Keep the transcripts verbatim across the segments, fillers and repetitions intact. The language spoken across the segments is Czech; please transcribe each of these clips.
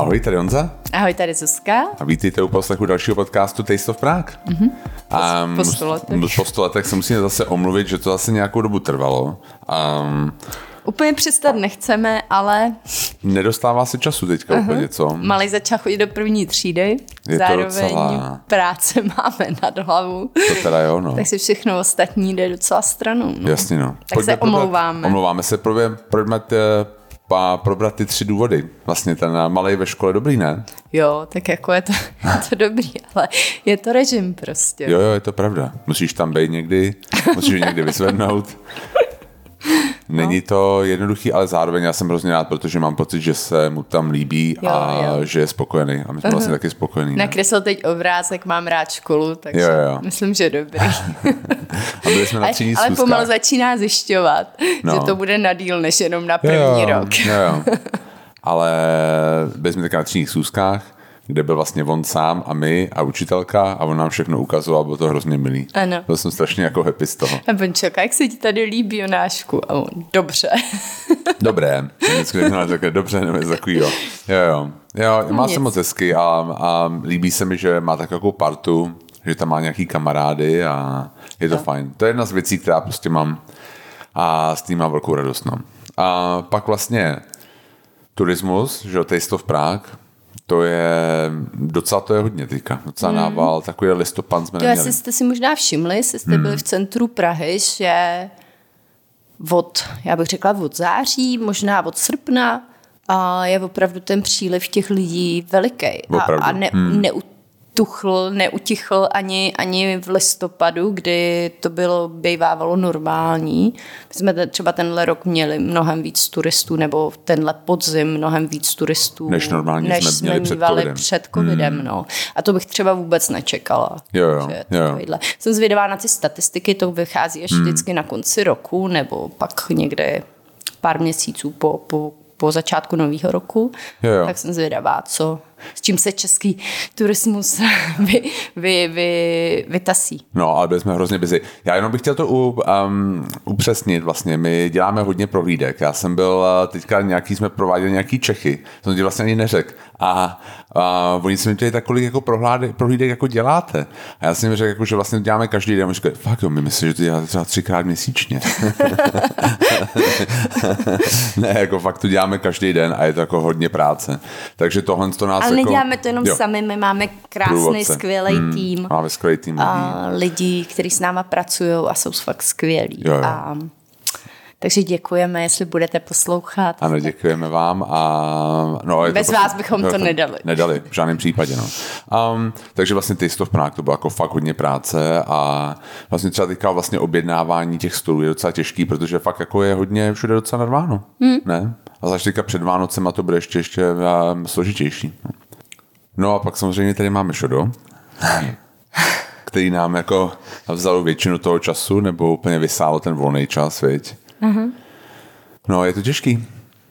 Ahoj, tady Honza. Ahoj, tady Zuzka. A vítejte u poslechu dalšího podcastu Taste of Prague. Mm-hmm. A po sto letech. Po sto letech se musíme zase omluvit, že to zase nějakou dobu trvalo. Um, Úplně přestat nechceme, ale... Nedostává se času teďka uh-huh. úplně, co? Malej začal chodit do první třídy, je zároveň docela... práce máme nad hlavu. To teda jo, no. Tak si všechno ostatní jde docela stranou. No. Jasně, no. Tak Pojďme se probrat, omlouváme. Omlouváme se, probrat, probrat ty tři důvody. Vlastně ten malej ve škole dobrý, ne? Jo, tak jako je to, je to dobrý, ale je to režim prostě. Jo, jo, je to pravda. Musíš tam být někdy, musíš někdy vyzvednout. Není to jednoduchý, ale zároveň já jsem hrozně rád, protože mám pocit, že se mu tam líbí jo, a jo. že je spokojený. A my jsme uh-huh. vlastně taky spokojení. Nakreslil teď obrázek, mám rád školu, takže jo, jo. myslím, že dobrý. A byli jsme na třídních ale, ale schůzkách. pomalu začíná zjišťovat, no. že to bude na díl, než jenom na první jo, rok. Jo, jo. Ale byli jsme taky na třídních schůzkách, kde byl vlastně on sám a my a učitelka a on nám všechno ukazoval, bylo to hrozně milý. Ano. Byl jsem strašně jako happy z toho. A on čeká, jak se ti tady líbí Jonášku? A on, dobře. Dobré. Vždycky takhle, dobře, nebo něco takovýho. Jo, jo. Jo, má se moc hezky a, a líbí se mi, že má takovou partu, že tam má nějaký kamarády a je to no. fajn. To je jedna z věcí, která prostě mám a s tím mám velkou radost. No. A pak vlastně turismus, že Taste of Prague, to je, docela to je hodně teďka, docela mm. nával, takový listopad jsme neměli. To asi jste si možná všimli, jestli jste mm. byli v centru Prahy, že od, já bych řekla od září, možná od srpna, a je opravdu ten příliv těch lidí veliký. A, a ne, mm. neutuchl, neutichl ani, ani v listopadu, kdy to bylo, bývávalo normální. My jsme třeba tenhle rok měli mnohem víc turistů, nebo tenhle podzim mnohem víc turistů, než normálně než jsme, jsme měli před mívali covidem. před covidem. Mm. No. A to bych třeba vůbec nečekala. Jo, jo, jo. Jsem zvědavá na ty statistiky, to vychází až mm. vždycky na konci roku, nebo pak někde pár měsíců po, po po začátku nového roku, jo, jo. tak jsem zvědavá, co, s čím se český turismus vy, vy, vy, vytasí. No, ale byli jsme hrozně busy. Já jenom bych chtěl to u, um, upřesnit vlastně. My děláme hodně prohlídek. Já jsem byl teďka nějaký, jsme prováděli nějaký Čechy. Jsem ti vlastně ani neřekl. A, a oni se mi ptali, tak kolik jako prohlídek, prohlídek jako děláte. A já jsem jim řekl, jako, že vlastně děláme každý den. A říkali, fakt jo, my myslíme, že to děláte třeba třikrát měsíčně. Ne, jako fakt to děláme každý den a je to jako hodně práce. Takže tohle to nás ale jako... neděláme to jenom jo. sami, my máme krásný, skvělý hmm, tým. Máme skvělý tým lidí. A lidí, kteří s náma pracují a jsou fakt skvělí. Jo, jo. A takže děkujeme, jestli budete poslouchat. Ano, děkujeme vám. A, no, bez to vás prostě, bychom to, to nedali. Nedali, v žádném případě. No. Um, takže vlastně Taste of Prague, to bylo jako fakt hodně práce a vlastně třeba teďka vlastně objednávání těch stolů je docela těžký, protože fakt jako je hodně všude docela narváno. Hmm. Ne? A zvlášť teďka před Vánocema to bude ještě, ještě um, složitější. No a pak samozřejmě tady máme Šodo, který nám jako vzalo většinu toho času, nebo úplně vysálo ten volný čas, viď? Uh-huh. No, je to těžký.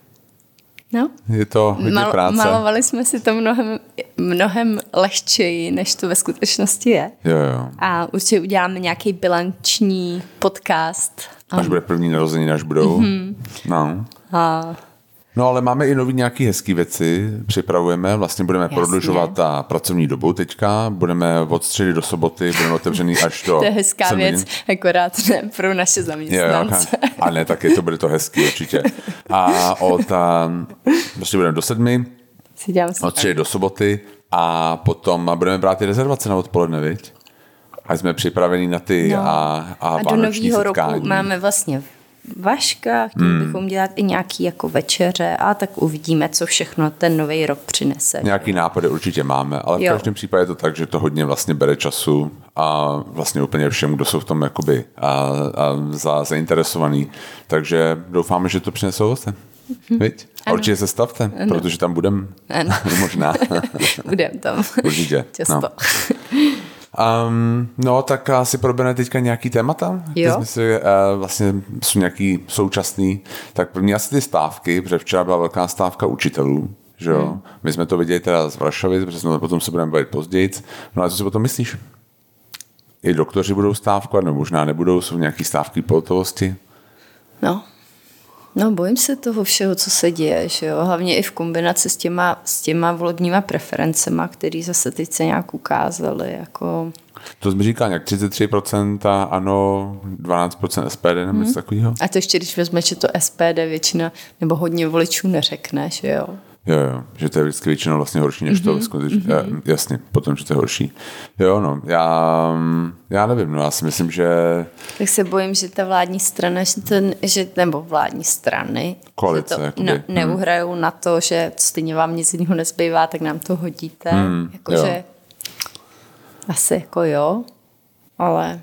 No. Je to hodně Mal, práce. Malovali jsme si to mnohem, mnohem lehčeji, než to ve skutečnosti je. Jo, jo. A určitě uděláme nějaký bilanční podcast. Až um. bude první narozeniny, až budou. Mm-hmm. No. A... No, ale máme i nový nějaký hezký věci, připravujeme, vlastně budeme Jasně. prodlužovat ta pracovní dobu teďka, budeme od středy do soboty, budeme otevřený až do... To je hezká věc, akorát ne pro naše zaměstnance. Jo, a ne, taky to bude to hezký určitě. A od, prostě budeme do sedmi, od středy do soboty a potom budeme brát ty rezervace na odpoledne, viď? A jsme připraveni na ty no. a, a, a do nového roku máme vlastně Vaška, chtěli hmm. bychom dělat i nějaký jako večeře a tak uvidíme, co všechno ten nový rok přinese. Nějaký nápady určitě máme, ale v jo. každém případě je to tak, že to hodně vlastně bere času a vlastně úplně všem, kdo jsou v tom jakoby a, a za, zainteresovaný. Takže doufáme, že to přinese ovoce. Hmm. Viď? A určitě se stavte, ano. protože tam budem. Ano. Možná. Budem tam. Určitě. Často. No. Um, no, tak asi probereme teďka nějaký témata. Jo. Si, uh, vlastně jsou nějaký současný. Tak první asi ty stávky, protože včera byla velká stávka učitelů. Že jo? Hmm. My jsme to viděli teda z Varšavy, protože jsme potom se budeme bavit později. No a co si potom myslíš? I doktoři budou stávkovat, nebo možná nebudou, jsou nějaký stávky pohotovosti? No, No, bojím se toho všeho, co se děje, že jo? Hlavně i v kombinaci s těma, s těma volebníma preferencema, který zase teď se nějak ukázaly, jako... To mi říká nějak třicet tři procent a ano, dvanáct procent S P D nebo něco hmm. takového. A to ještě, když vezme, že to S P D většina nebo hodně voličů neřekne, že jo? Jo, jo, že to je vždycky většinou vlastně horší, než to skutečně. Mm-hmm. Jasně, potom, že to je horší. Jo, no, já, já nevím, no, já si myslím, že... Tak se bojím, že ta vládní strana, že to, že, nebo vládní strany, koalice, že to ne, neuhrajou hmm. na to, že stejně vám nic jiného nezbývá, tak nám to hodíte. Hmm, Jakože asi jako jo, ale...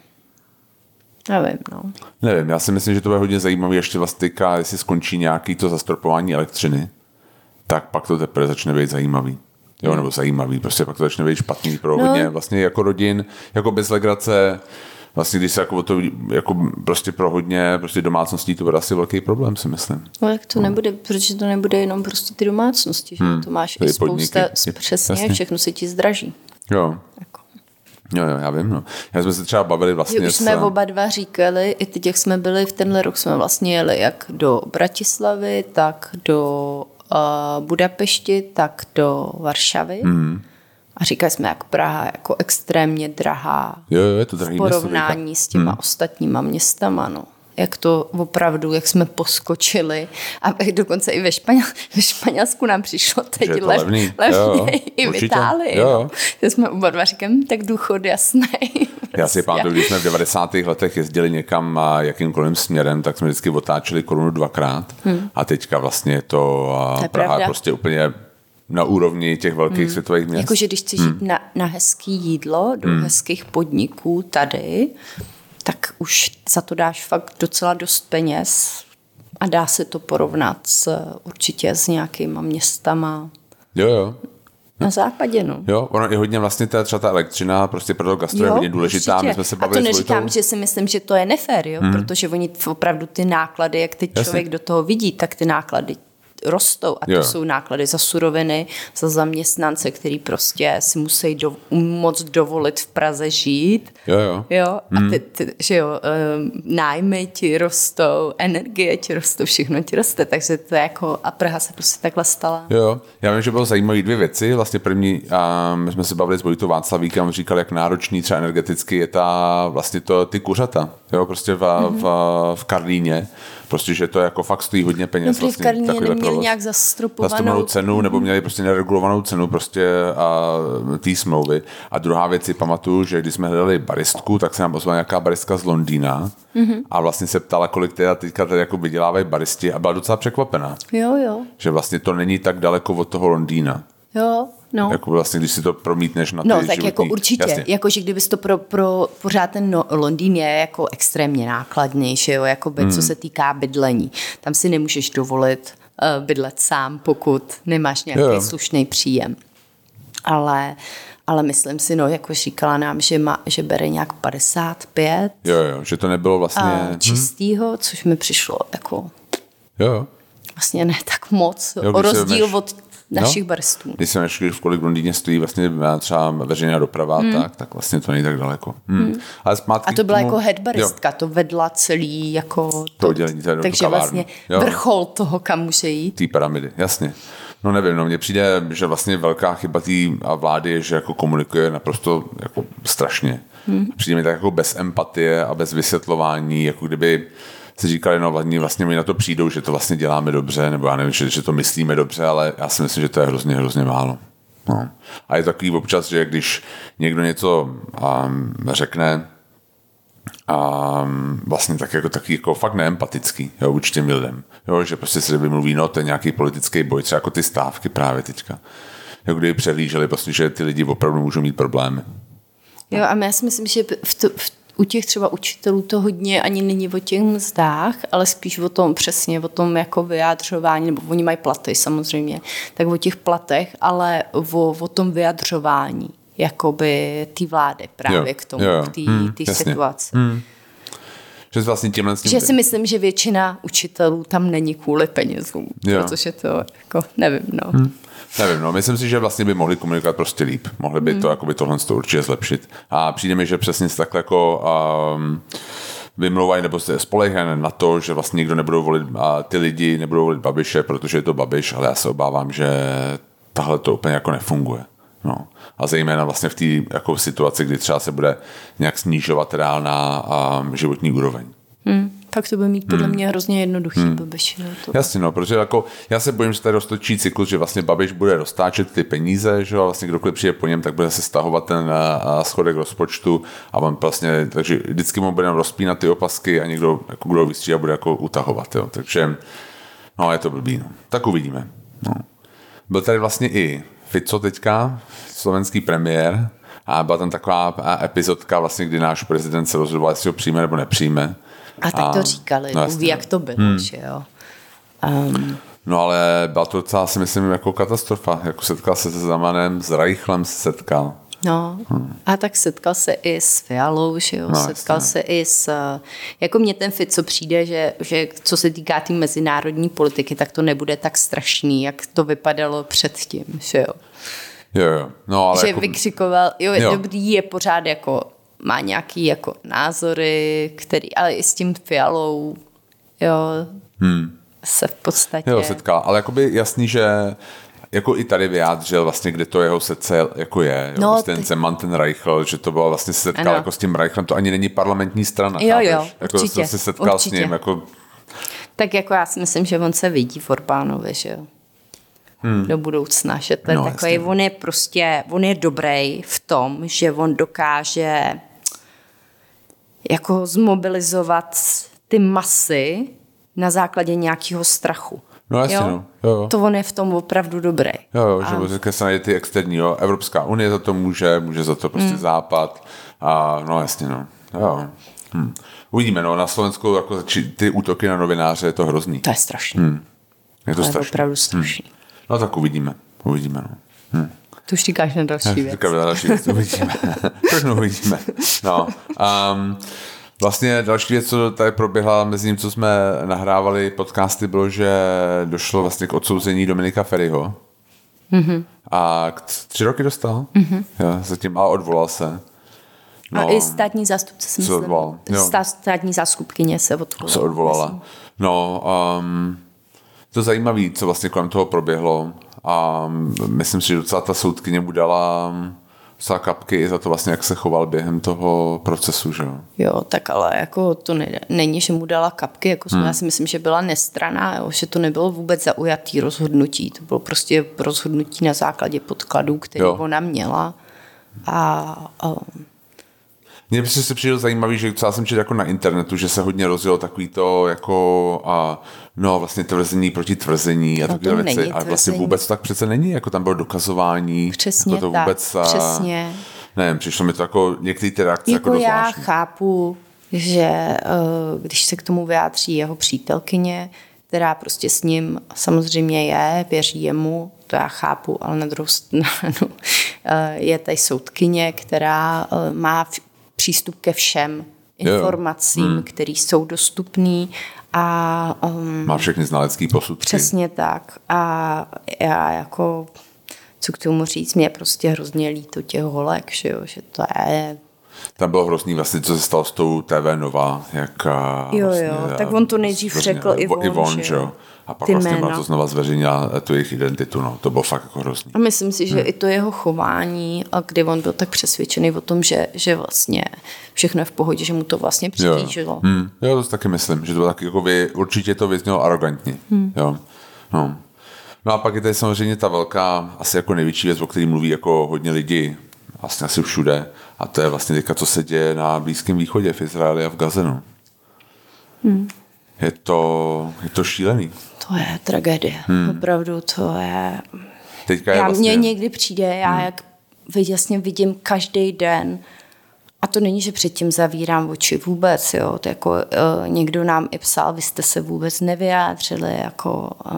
Nevím, no. Nevím, já si myslím, že to bude hodně zajímavé, ještě vlastně týká, jestli skončí nějaký to zastropování elektřiny, tak pak to teprve začne být zajímavý. Jo, hmm. nebo zajímavý, prostě pak to začne být špatný pro no. hodně vlastně jako rodin, jako bez legrace, vlastně když se jako to, jako prostě pro hodně prostě domácností to bude asi velký problém, si myslím. No jak to no. nebude, protože to nebude jenom prostě ty domácnosti, že hmm. to máš i spousta, podniky. Přesně, jasně. Všechno se ti zdraží. Jo. Jako. Jo, jo, já vím, no. Já jsme se třeba bavili vlastně... Už jsme s... oba dva říkali, i teď, jak jsme byli v tenhle rok, jsme vlastně jeli jak do Bratislavy, tak do uh, Budapešti, tak do Varšavy. Mm. A říkali jsme, jak Praha jako extrémně drahá. Jo, jo, je to drahý v porovnání město, s těma mm. ostatníma městama, no. Jak to opravdu, jak jsme poskočili. A dokonce i ve, Španěl, ve Španělsku nám přišlo teď lev, levný, levně i v Itálii. Jo. No. Jsme oba dva říkám, tak důchod jasný. Já si pamatuju, když jsme v devadesátých letech jezdili někam jakýmkoliv směrem, tak jsme vždycky otáčeli korunu dvakrát. Hmm. A teďka vlastně to, to Praha pravda. Prostě úplně na úrovni těch velkých hmm. světových měst. Jakože když chceš hmm. jít na, na hezký jídlo, do hmm. hezkých podniků tady, tak už za to dáš fakt docela dost peněz a dá se to porovnat s, určitě s nějakýma městama. Jo, jo. Na západě, no. Jo, ono je hodně vlastně ta, třeba ta elektřina, prostě pro to gastro je hodně důležitá. My jsme se a to neříkám, že si myslím, že to je nefér, jo, hmm. protože oni opravdu ty náklady, jak teď Jasně. člověk do toho vidí, tak ty náklady rostou a to jo. jsou náklady za suroviny, za zaměstnance, který prostě si musí do, moc dovolit v Praze žít. Jo, jo. jo? Hmm. A ty, ty, že jo, nájmy ti rostou, energie ti rostou, všechno ti roste, takže to je jako, a Praha se prostě takhle stala. Jo, já vím, že bylo zajímavé dvě věci, vlastně první, a my jsme se bavili s Vojtou Václavíkem, říkal, jak náročný třeba energeticky je ta, vlastně to, ty kuřata, jo, prostě v, mm-hmm. v, v Karlíně, prostě, že to jako fakt stojí hodně peněz. No, vlastně, v Karlíně neměli nějak zastropovanou cenu, nebo měli prostě neregulovanou cenu prostě a té smlouvy. A druhá věc si pamatuju, že když jsme hledali baristku, tak se nám ozvala nějaká baristka z Londýna mm-hmm. a vlastně se ptala, kolik teda teďka tady jako vydělávají baristi a byla docela překvapená. Jo, jo. Že vlastně to není tak daleko od toho Londýna. Jo, no. Jako vlastně, když si to promítneš na ty No, tak životní... jako určitě. Jako, že kdybys to pro, pro pořád ten no, Londýn je jako extrémně nákladnější, jo, jako by, hmm. co se týká bydlení. Tam si nemůžeš dovolit uh, bydlet sám, pokud nemáš nějaký jo. slušný příjem. Ale, ale myslím si, no, jako říkala nám, že, má, že bere nějak padesát pět. Jo, jo, že to nebylo vlastně... Uh, čistýho, hmm. což mi přišlo jako... Jo. Vlastně ne tak moc. Jo, o rozdíl než... od našich no, baristů. Když jsem ještě v kolik v Londýně stojí vlastně třeba veřejná doprava, hmm. tak, tak vlastně to není tak daleko. Hmm. Hmm. Ale a to byla tomu, jako head baristka, jo. to vedla celý jako... To, to oddělení, to takže vlastně jo. vrchol toho, kam může jít. Té pyramidy, jasně. No nevím, no mně přijde, že vlastně velká chyba té vlády je, že jako komunikuje naprosto jako strašně. Hmm. Přijde mi tak jako bez empatie a bez vysvětlování, jako kdyby si říkali, no vlastně, vlastně my na to přijdou, že to vlastně děláme dobře, nebo já nevím, že, že to myslíme dobře, ale já si myslím, že to je hrozně, hrozně málo. No. A je takový občas, že když někdo něco um, řekne a um, vlastně tak jako taky jako fakt neempatický, jo, vůči těm lidem, jo, že prostě si vymluví, no to je nějaký politický boj, třeba jako ty stávky právě teďka. Jako kdyby přehlíželi, prostě, že ty lidi opravdu můžou mít problémy. Jo, a já si myslím, že v, to, v u těch třeba učitelů to hodně ani není o těch mzdách, ale spíš o tom přesně, o tom jako vyjádřování, nebo oni mají platy samozřejmě, tak o těch platech, ale o, o tom vyjadřování jakoby té vlády právě jo, k tomu, jo, k té hmm, situaci. Hmm. Že, vlastně tímhle že si myslím, že většina učitelů tam není kvůli penězům, jo. protože to jako nevím, no. Hmm. Nevím, no, myslím si, že vlastně by mohli komunikovat prostě líp. Mohli by to, hmm. jakoby tohle to určitě zlepšit. A přijde mi, že přesně takhle jako um, vymlouvají nebo se spolehají na to, že vlastně nikdo nebudou volit, a ty lidi nebudou volit Babiše, protože je to Babiš, ale já se obávám, že tahle to úplně jako nefunguje. No. A zejména vlastně v té jako situaci, kdy třeba se bude nějak snižovat reálná um, životní úroveň. Hmm. Tak to bude mít podle mě hrozně jednoduchý hmm. Babiš. To... Jasně, no, protože jako já se bojím, že tady roztočí cyklus, že vlastně Babiš bude roztáčet ty peníze, že a vlastně kdokoliv přijde po něm, tak bude se stahovat ten a, a schodek rozpočtu a on vlastně, takže vždycky mu bude rozpínat ty opasky a někdo, jako kdo vystřídá, bude jako utahovat, jo. Takže, no, je to blbý, no. Tak uvidíme, no. Byl tady vlastně i Fico teďka, slovenský premiér, a byla tam taková epizodka vlastně, kdy náš prezident se rozhodoval, jestli ho přijme nebo nepřijme. A tak to říkali, no, ví, jak to bylo, hmm. že jo. Um. No ale byla to docela, si myslím, jako katastrofa. Jako setkal se se Zemanem, s Reichlem se setkal. No, hmm. a tak setkal se i s Fialou, že jo, no, setkal jasně. se i s, jako mně ten Fico přijde, že, že co se týká té tý mezinárodní politiky, tak to nebude tak strašný, jak to vypadalo předtím, že jo. Jo, jo. No, ale že jako... vykřikoval, jo, jo, dobrý, je pořád jako, má nějaký jako názory, který, ale i s tím Fialou, jo, hmm. se v podstatě... Jo, setkal, ale jakoby jasný, že jako i tady vyjádřil vlastně, kde to jeho srdce jako je. Jo, no, ten ty... Zeman, ten Reichl, že to bylo vlastně se setkal ano. jako s tím Reichlem, to ani není parlamentní strana. Jo, chápeš? jo, jako určitě. Se setkal určitě. s ním, jako... Tak jako já si myslím, že on se vidí v Orbánovi, že jo. Hmm. Do budoucna, že to je no, takový, jasně. on je prostě, on je dobrý v tom, že on dokáže jako zmobilizovat ty masy na základě nějakého strachu. No jasně, jo? no. Jo, jo. To on je v tom opravdu dobrý. Jo, jo, a... že se najde ty externí, jo. Evropská unie za to může, může za to prostě hmm. Západ. A no jasně, no. Jo. Hm. Uvidíme, no, na Slovensku jako ty útoky na novináře, je to hrozný. To je strašný. Hm. Je to to strašný. je opravdu strašný. Hm. No tak uvidíme, uvidíme, no. Hm. To už říkáš na další věc. Říkám na další věc, uvidíme. Všechno uvidíme. No. Um, vlastně další věc, co tady proběhla mezi tím, co jsme nahrávali podcasty, bylo, že došlo vlastně k odsouzení Dominika Feriho. Mm-hmm. A tři roky dostal. Mm-hmm. Ja, zatím, a odvolal se. No, a i státní zástupce si myslím. Státní zástupkyně se odvolala. Se odvolala. No, um, to zajímavé, co vlastně kolem toho proběhlo. A myslím si, že docela ta soudkyně mu dala docela kapky i za to vlastně, jak se choval během toho procesu, že jo? Jo, tak ale jako to ne, není, že mu dala kapky, jako hmm. já si myslím, že byla nestranná, jo, že to nebylo vůbec zaujatý rozhodnutí, to bylo prostě rozhodnutí na základě podkladů, který jo. ona měla a... a mně by se přijde zajímavý, že co já jsem četl jako na internetu, že se hodně rozjelo takový to jako a, no vlastně tvrzení proti tvrzení a no takové věci. A vlastně vůbec to tak přece není, jako tam bylo dokazování. Přesně jako to tak, vůbec, přesně. A, nevím, přišlo mi to jako některé ty reakce jako, jako já dozvláštní. chápu, že když se k tomu vyjádří jeho přítelkyně, která prostě s ním samozřejmě je, věří jemu, to já chápu, ale na druhou stranu je tady soudkyně, která má přístup ke všem informacím, hmm. které jsou dostupné. A, um, má všechny znalecké posudky. Přesně tak. A já jako, co k tomu říct, mě prostě hrozně líto těch holek, že, jo, že to je... Tam bylo hrozný vlastně, co se stalo s tou T V Nova. Jak, jo, vlastně, jo, tak on to nejdřív řekl i on, Ivon, že jo. A pak vlastně to znova zveřejnila tu jejich identitu, no, to bylo fakt jako hrozný. A myslím si, že hmm. i to jeho chování, a kdy on byl tak přesvědčený o tom, že, že vlastně všechno je v pohodě, že mu to vlastně přitížilo. Jo, hmm. jo to taky myslím, že to bylo taky jako vy, určitě to vyznělo arrogantně. Hmm. Jo. No. no a pak je tady samozřejmě ta velká, asi jako největší věc, o které mluví jako hodně lidí, vlastně asi všude, a to je vlastně teďka, co se děje na Blízkém východě, v Izraeli a v Gazenu. Hmm. Je to, je to šílený. To je tragédie. Hmm. Opravdu to je... Teďka je já, vlastně... Mně někdy přijde, já hmm. jak jasně vidím každý den, a to není, že předtím zavírám oči vůbec, jo. To jako, uh, někdo nám i psal, vy jste se vůbec nevyjádřili jako um,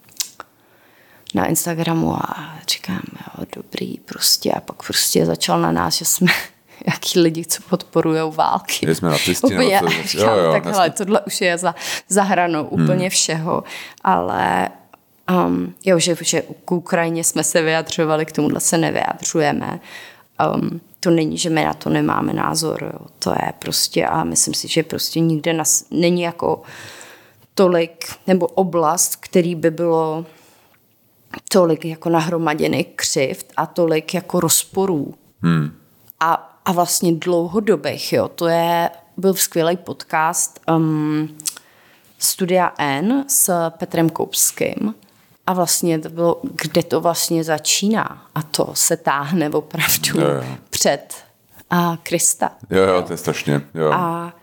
na Instagramu a říkám, jo, dobrý, prostě. A pak prostě začal na nás, že jsme jaký lidi, co podporujou války. Jsme na tistě, úplně, to, říkám, jo, jo, tak hele, tohle už je za, za hranou úplně hmm. všeho, ale um, jo, že, že k Ukrajině jsme se vyjadřovali, k tomuhle se nevyjadřujeme. Um, to není, že my na to nemáme názor, jo. To je prostě, a myslím si, že prostě nikde nas, není jako tolik, nebo oblast, který by bylo tolik jako nahromaděný křivd a tolik jako rozporů. Hmm. A, a vlastně dlouhodobých, jo. To je, byl skvělý podcast um, Studia N s Petrem Koupským. A vlastně to bylo, kde to vlastně začíná. A to se táhne opravdu jo, jo. před a Krista. Jo, jo, to je strašně. Jo. A,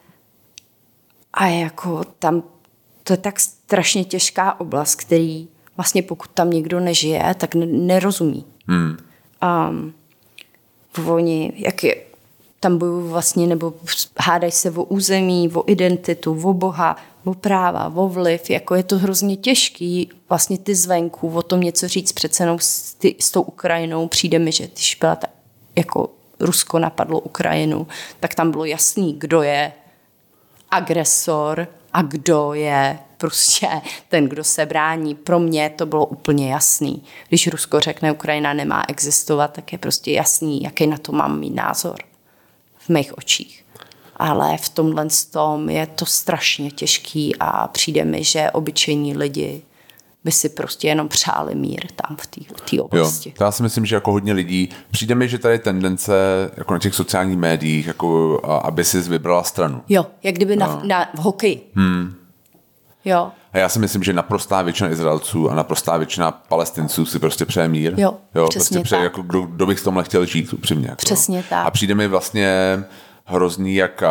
a jako tam, to je tak strašně těžká oblast, který vlastně pokud tam někdo nežije, tak nerozumí. Hmm. Um, oni, jak je, tam bojují vlastně, nebo hádají se o území, o identitu, o Boha, o práva, o vliv, jako je to hrozně těžký, vlastně ty zvenku, o tom něco říct přece jenom s, ty, s tou Ukrajinou, přijde mi, že když byla ta, jako Rusko napadlo Ukrajinu, tak tam bylo jasný, kdo je agresor a kdo je prostě ten, kdo se brání. Pro mě to bylo úplně jasný. Když Rusko řekne, Ukrajina nemá existovat, tak je prostě jasný, jaký na to mám mít názor v mých očích. Ale v tomhle tom je to strašně těžký a přijde mi, že obyčejní lidi by si prostě jenom přáli mír tam v té oblasti. Jo, to já si myslím, že jako hodně lidí, přijde mi, že tady je tendence jako na těch sociálních médiích, jako aby si vybrala stranu. Jo, jak kdyby no. na, na v hokeji. Hmm. Jo. A já si myslím, že naprostá většina Izraelců a naprostá většina Palestinců si prostě přeje mír. Jo, jo přesně prostě přeje, tak. jako kdo, kdo bych v tomhle chtěl žít upřímně. Jako. Přesně tak. A přijde mi vlastně hrozný, jak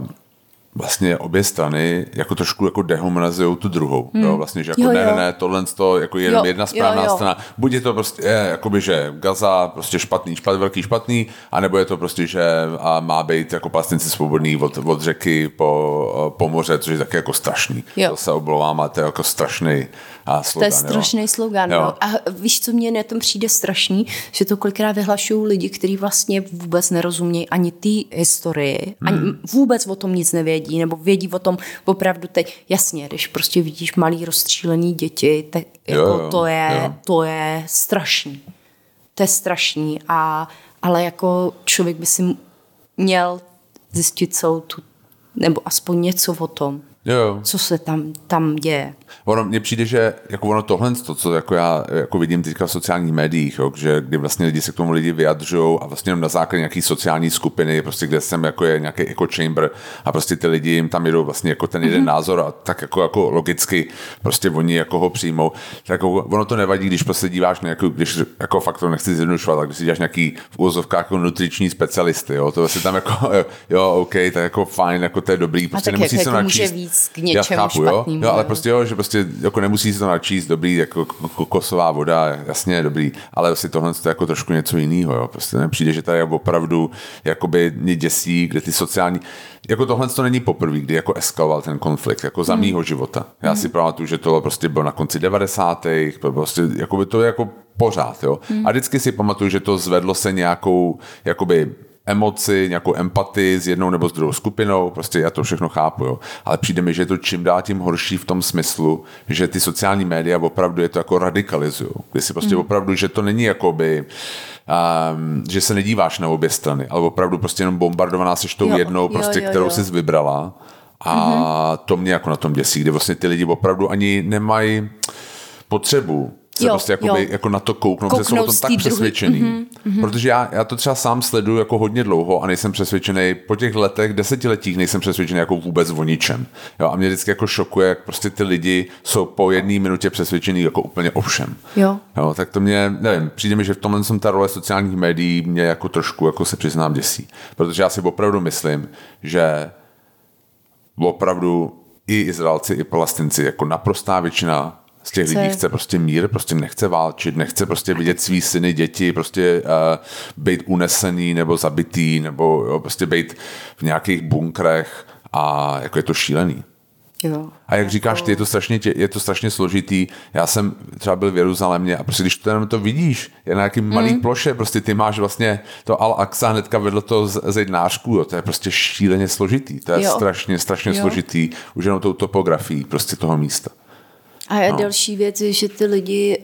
vlastně obě strany jako trošku jako dehumanizují tu druhou. Hmm. Jo, vlastně, že jako jo, ne, jo. ne, ne, tohle to jako jenom jo, jedna správná jo, jo. strana. Buď je to prostě, je, jakoby, že Gaza prostě špatný, špatný, velký špatný, anebo je to prostě, že a má být jako Palestinci svobodný od, od řeky po, po moře, což je taky jako strašný. Jo. To se oblovám, a to je jako strašný a slogan. To je strašný slogan. No. A víš, co mě na tom přijde strašný? Že to kolikrát vyhlašují lidi, kteří vlastně vůbec nerozumějí ani té historii, ani hmm. vůbec o tom nic nevědí, nebo vědí o tom opravdu teď. Jasně, když prostě vidíš malý rozstřílený děti, tak jako jo, jo, to, je, jo. to je strašný. To je strašný. A, ale jako člověk by si měl zjistit celou tu, nebo aspoň něco o tom. Jo. Co se tam, tam děje. Ono, mně přijde, že jako ono tohle, to, co jako já jako vidím teďka v sociálních médiích, jo, že kdy vlastně lidi se k tomu lidi vyjadřují a vlastně na základě nějaký sociální skupiny, prostě kde jsem jako je nějaký echo chamber a prostě ty lidi jim tam jedou vlastně jako ten jeden mm-hmm. názor a tak jako, jako logicky prostě oni jako ho přijmou. Tak jako, ono to nevadí, když prostě díváš nějakou, když jako fakt to nechci zjednodušovat, tak když si díváš nějaký v úvozovkách jako nutriční specialisty, jo, to vlastně tam jako, jo, OK, to je jako fajn, jako to je dobrý, prostě nemusí se načíst. K něčemu chápu, jo? jo, ale prostě jo, že prostě jako nemusí si to načíst, dobrý, jako kokosová voda, jasně dobrý, ale vlastně tohle je jako trošku něco jiného, jo, prostě nepřijde, že tady je opravdu jakoby mě děsí, kde ty sociální, jako tohle to není poprvé, kdy jako eskaloval ten konflikt, jako za mm. mýho života. Já mm. si pamatuju, že to prostě bylo na konci devadesátých prostě jakoby to je jako pořád, jo, mm. a vždycky si pamatuju, že to zvedlo se nějakou, jakoby emoci, nějakou empatii s jednou nebo s druhou skupinou, prostě já to všechno chápu, jo. Ale přijde mi, že je to čím dál tím horší v tom smyslu, že ty sociální média opravdu je to jako radikalizují. Kdy si prostě mm. opravdu, že to není jakoby, um, že se nedíváš na obě strany, ale opravdu prostě jenom bombardovaná seš tou jo, jednou, prostě, jo, jo, kterou jo. jsi vybrala a mm-hmm. to mě jako na tom děsí, kde vlastně ty lidi opravdu ani nemají potřebu se jo, prostě jakoby, jako na to kouknout, protože jsou o tom tak přesvědčený. Mm-hmm, mm-hmm. Protože já, já to třeba sám sleduju jako hodně dlouho a nejsem přesvědčený, po těch letech, desetiletích nejsem přesvědčený jako vůbec o ničem. Jo, a mě vždycky jako šokuje, jak prostě ty lidi jsou po jedné minutě přesvědčený jako úplně o všem. Jo. Jo, tak to mě, nevím, přijde mi, že v tomhle jsem ta role sociálních médií mě jako trošku, jako se přiznám, děsí. Protože já si opravdu myslím, že opravdu i Izraelci, i Palestinci, jako naprostá většina z těch lidí chce prostě mír, prostě nechce válčit, nechce prostě vidět svý syny, děti, prostě uh, být unesený nebo zabitý, nebo jo, prostě být v nějakých bunkrech a jako je to šílený. Jo. A jak říkáš ty, je to strašně, je to strašně složitý. Já jsem třeba byl v Jeruzalémě a prostě když to jenom to vidíš, je na nějakým mm. malý ploše, prostě ty máš vlastně to Al-Aqsa hnedka vedle toho zejdnářku, jo, to je prostě šíleně složitý. To je jo. strašně, strašně jo. složitý, už jenom tou topografií prostě toho místa. A je no. další věc, že ty lidi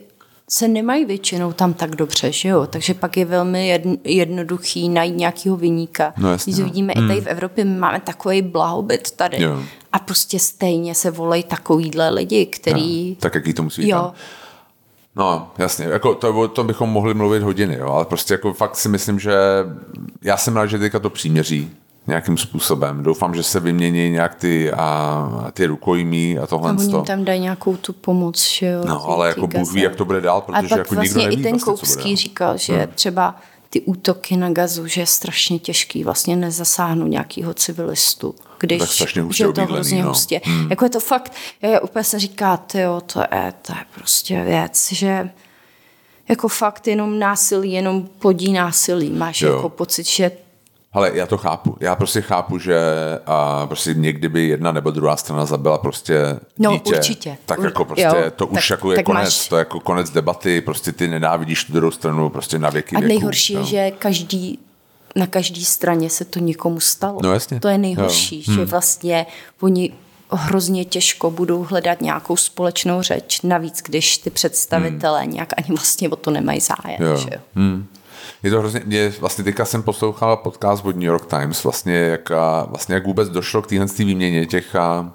se nemají většinou tam tak dobře, že jo? Takže pak je velmi jedn, jednoduchý najít nějakého viníka. No jasně, Když no. vidíme hmm. i tady v Evropě, my máme takový blahobyt tady. Jo. A prostě stejně se volají takovýhle lidi, který... Ja, tak jaký to musí být jo. tam. No, jasně, jako to, o tom bychom mohli mluvit hodiny, jo, ale prostě jako fakt si myslím, že já jsem rád, že teďka to příměří nějakým způsobem. Doufám, že se vymění nějak ty, a, ty rukojmí a tohle. A oni tam dají nějakou tu pomoc, že jo. No, ale jako Bůh ví, jak to bude dál, protože a pak jako vlastně nikdo neví i ten vlastně, Koupský říkal, že hmm. třeba ty útoky na Gazu, že je strašně těžký vlastně nezasáhnout nějakýho civilistu. Když že je to hrozně no. hustě. Hmm. Jako je to fakt, já úplně se říká, tyjo, to je, to je prostě věc, že jako fakt jenom násilí, jenom plodí násilí. Máš jo. jako pocit, že ale já to chápu. Já prostě chápu, že a prostě někdy by jedna nebo druhá strana zabila prostě no, dítě. Určitě. Tak jako prostě jo, to tak, už jako je konec. Máš... To je jako konec debaty. Prostě ty nenávidíš tu druhou stranu prostě na věky A věků. nejhorší je, no. že každý, na každé straně se to někomu stalo. No jasně. To je nejhorší, jo. že hmm. vlastně oni hrozně těžko budou hledat nějakou společnou řeč. Navíc, když ty představitelé hmm. nějak ani vlastně o to nemají zájem. Jo. Že jo? Hmm. Je to hrozně, mě vlastně teďka jsem poslouchala podcast od New York Times, vlastně jak, vlastně jak vůbec došlo k téhle výměně těch a,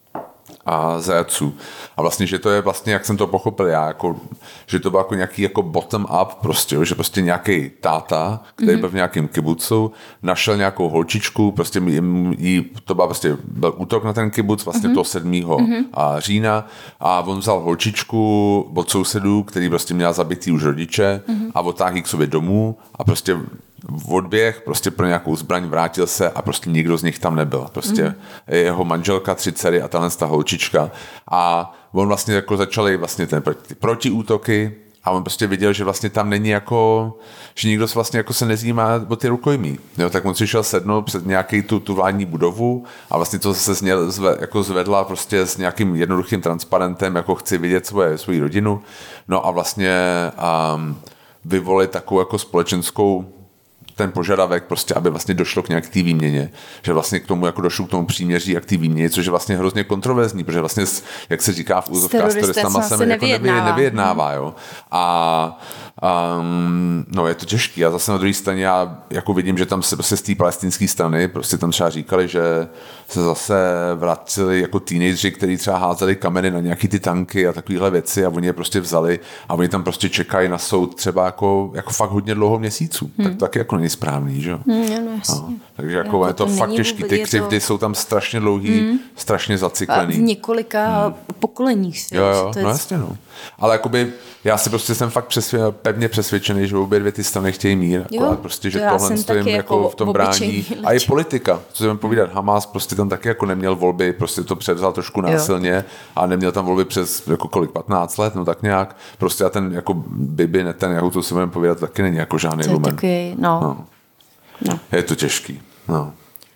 a zajatců. A vlastně, že to je vlastně, jak jsem to pochopil já, jako, že to bylo jako nějaký jako bottom up prostě, že prostě nějaký táta, který mm-hmm. byl v nějakém kibucu, našel nějakou holčičku, prostě jí, to byl prostě byl útok na ten kibuc vlastně mm-hmm. toho sedmého Mm-hmm. října a on vzal holčičku od sousedů, který prostě měl zabitý už rodiče mm-hmm. a otáhl jí k sobě domů a prostě odběh, prostě pro nějakou zbraň vrátil se a prostě nikdo z nich tam nebyl. Prostě mm. jeho manželka, tři dcery a tahle ta holčička. A on vlastně jako začali vlastně ten proti, protiútoky a on prostě viděl, že vlastně tam není jako, že nikdo se vlastně jako se nezjímá o ty rukojmí. Jo, tak on si šel sednout před nějaký tu, tu vládní budovu a vlastně to se zněl, zve, jako zvedla prostě s nějakým jednoduchým transparentem, jako chci vidět svoje, svoji rodinu. No a vlastně um, vyvolit takovou jako společenskou ten požadavek prostě, aby vlastně došlo k nějaké té výměně, že vlastně k tomu jako došlo k tomu příměří a k té výměně, což je vlastně hrozně kontroverzní, protože vlastně, jak se říká v úzovkách, s teroristama se jako nevyjednává. nevyjednává jo. A um, no je to těžký a zase na druhé straně já jako vidím, že tam se prostě z té palestinské strany prostě tam třeba říkali, že se zase vraceli jako teenageři, kteří třeba házeli kameny na nějaký ty tanky a takovéhle věci a oni je prostě vzali a oni tam prostě čekají na soud třeba jako, jako fakt hodně dlouho měsíců. Hmm. Tak to taky jako není správný, že jo? Hmm, no, no, takže jako, jako je to, to fakt těžký. Ty křivdy to... jsou tam strašně dlouhý, hmm. strašně zacyklený. A v několika hmm. pokoleních. Jo, jo, no jasně, no. Ale jakoby já si prostě jsem fakt přesvě, pevně přesvědčený, že obě dvě ty strany chtějí mír. Akorát prostě, že tohle stojím jako, jako v tom brání. A i politika, co jsem povídat, Hamas prostě tam taky jako neměl volby, prostě to převzal trošku násilně jo. a neměl tam volby přes jako kolik, patnáct let, no tak nějak. Prostě a ten jako Bibi, ne ten, jak to si budeme povídat, taky není jako žádný lumen. Taky, no. No. no. Je to těžký, no.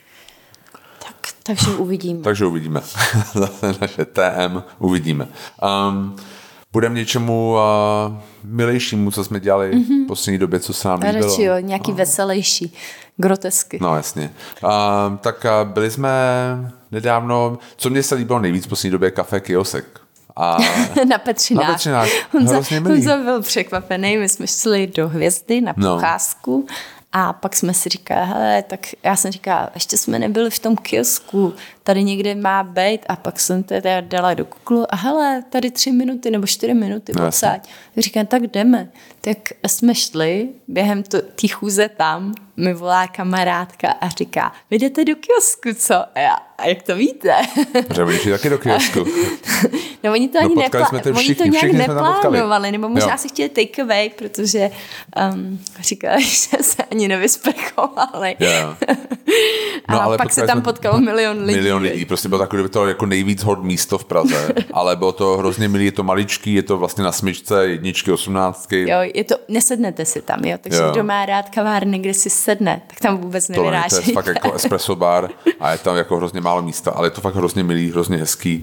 Tak, takže uvidíme. takže uvidíme. Zase naše T M uvidíme. Um, Budeme něčemu uh, milejšímu, co jsme dělali mm-hmm. v poslední době, co se nám líbilo. Radši jo, nějaký no. veselější, grotesky. No jasně. Uh, tak uh, byli jsme nedávno, co mě se líbilo nejvíc v poslední době, kafe Kiosek. A na Petřinách. Na Petřinách. Honza, Honza byl překvapený, my jsme šli do Hvězdy na no. pocházku. A pak jsme si říkali, hele, tak já jsem říkala, ještě jsme nebyli v tom kiosku, tady někde má být a pak jsem to teda dala do Google a hele, tady tři minuty nebo čtyři minuty no, odsaď. Tak říkám, tak jdeme. Tak jsme šli, během té chůze tam mi volá kamarádka a říká, vy jdete do kiosku, co? A já, a jak to víte? Že oni šli taky do kiosku. No oni to ani no, neplánovali, oni to nějak neplánovali, nebo možná jo. si chtěli take away, protože um, říkali, že se ani nevysprchovali. Yeah. No, a ale pak se tam potkalo milion lidí. Milion lidí, prostě bylo takové to jako nejvíc hot místo v Praze, ale bylo to hrozně milý, je to maličký, je to vlastně na smyčce, jedničky, osmnáctky. Jo, je to, nesednete si tam, jo, takže jo. kdo má rád kavárny, kde si sedne, tak tam vůbec nevyrážíte. To je fakt jako espresso bar a je tam jako hrozně málo místa, ale je to fakt hrozně milý, hrozně hezký.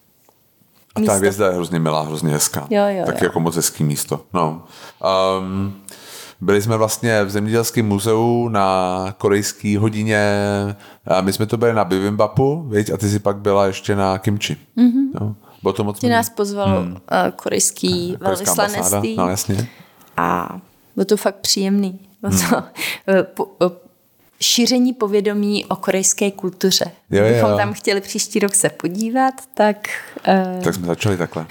A místo. Ta hvězda je hrozně milá, hrozně hezká. Jo, jo, tak jo. jako moc hezký místo. No. Um, byli jsme vlastně v Zemědělském muzeu na korejské hodině. A my jsme to byli na bibimbapu, viď? A ty si pak byla ještě na kimchi. Mm-hmm. No. Bylo to moc Ty nás pozval hmm. korejský velvyslanectví. No, jasně. A bylo to fakt příjemný. Bylo to, hmm. po, šíření povědomí o korejské kultuře. Jo, jo. Kdybychom tam chtěli příští rok se podívat, tak... Uh, tak jsme začali takhle.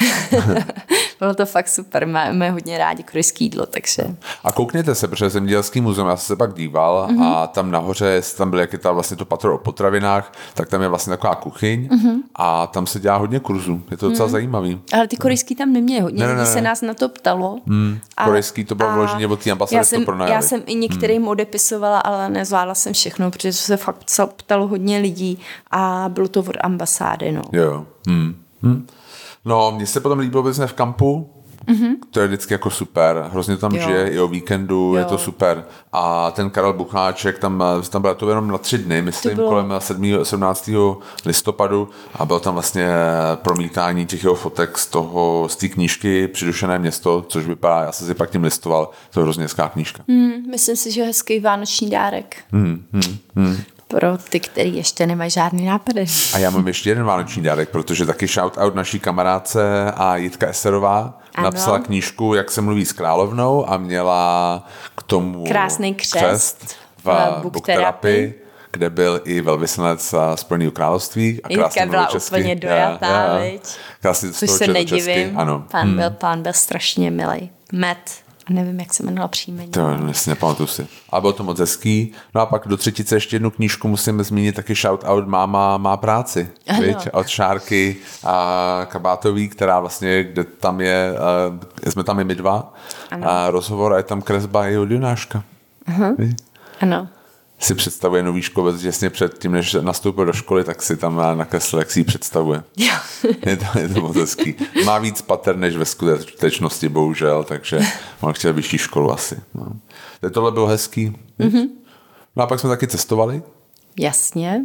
Bylo to fakt super, máme hodně rádi korejské jídlo, takže... A koukněte se, protože Zemědělský muzeum, já jsem se pak díval mm-hmm. a tam nahoře, tam byl, jak je tam vlastně to patro o potravinách, tak tam je vlastně taková kuchyň mm-hmm. a tam se dělá hodně kurzů. Je to docela mm. zajímavý. Ale ty korejský tam neměli hodně, ne, ne, ne. lidí se nás na to ptalo. Mm. A, korejský to bylo vloženě od té ambasády, to pronajali. Já jsem i některým mm. odepisovala, ale nezvládla jsem všechno, protože se fakt ptalo hodně lidí a bylo to od ambasády, no. Jo. Mm. Mm. No, mně se potom líbilo, že jsme v kampu, mm-hmm. to je vždycky jako super, hrozně tam jo. žije, i o víkendu, jo. je to super. A ten Karel Bucháček, tam, tam byl to jenom na tři dny, myslím, bylo... kolem sedmnáctého listopadu a bylo tam vlastně promítání těch jeho fotek z toho, z té knížky Přidušené město, což vypadá, já jsem si pak tím listoval, to je hrozně hezká knížka. Mm, myslím si, že hezký vánoční dárek. Mm, mm, mm. Pro ty, který ještě nemají žádný nápady. A já mám ještě jeden vánoční dárek, protože taky shout-out naší kamarádce a Jitka Eserová ano. napsala knížku, jak se mluví s královnou a měla k tomu krásný křest, křest v bookterapii, kde byl i velvyslanec Spojeného království. A Jitka byla česky. Úplně dojatá, což se nedivím. Ano. Pán, hmm. byl, pán byl strašně milej. Matt. A nevím, jak se jmenovala příjmení. To vlastně nepamatuju si. Ale bylo to moc hezký. No a pak do třetice ještě jednu knížku musíme zmínit, taky shout-out Máma má práci. Viď? Od Šárky a Kabátový, která vlastně, kde tam je, uh, jsme tam i my dva. Ano. A rozhovor a je tam kresba jeho Jonáška. Uh-huh. Ano. Si představuje nový školec těsně před tím, než nastoupil do školy, tak si tam nakreslil, jak si ji představuje. Jo. Je to, je to moc hezký. Má víc pater, než ve skutečnosti, bohužel, takže on chtěl vyšší školu asi. No. Tohle bylo hezký. Mm-hmm. No a pak jsme taky cestovali. Jasně.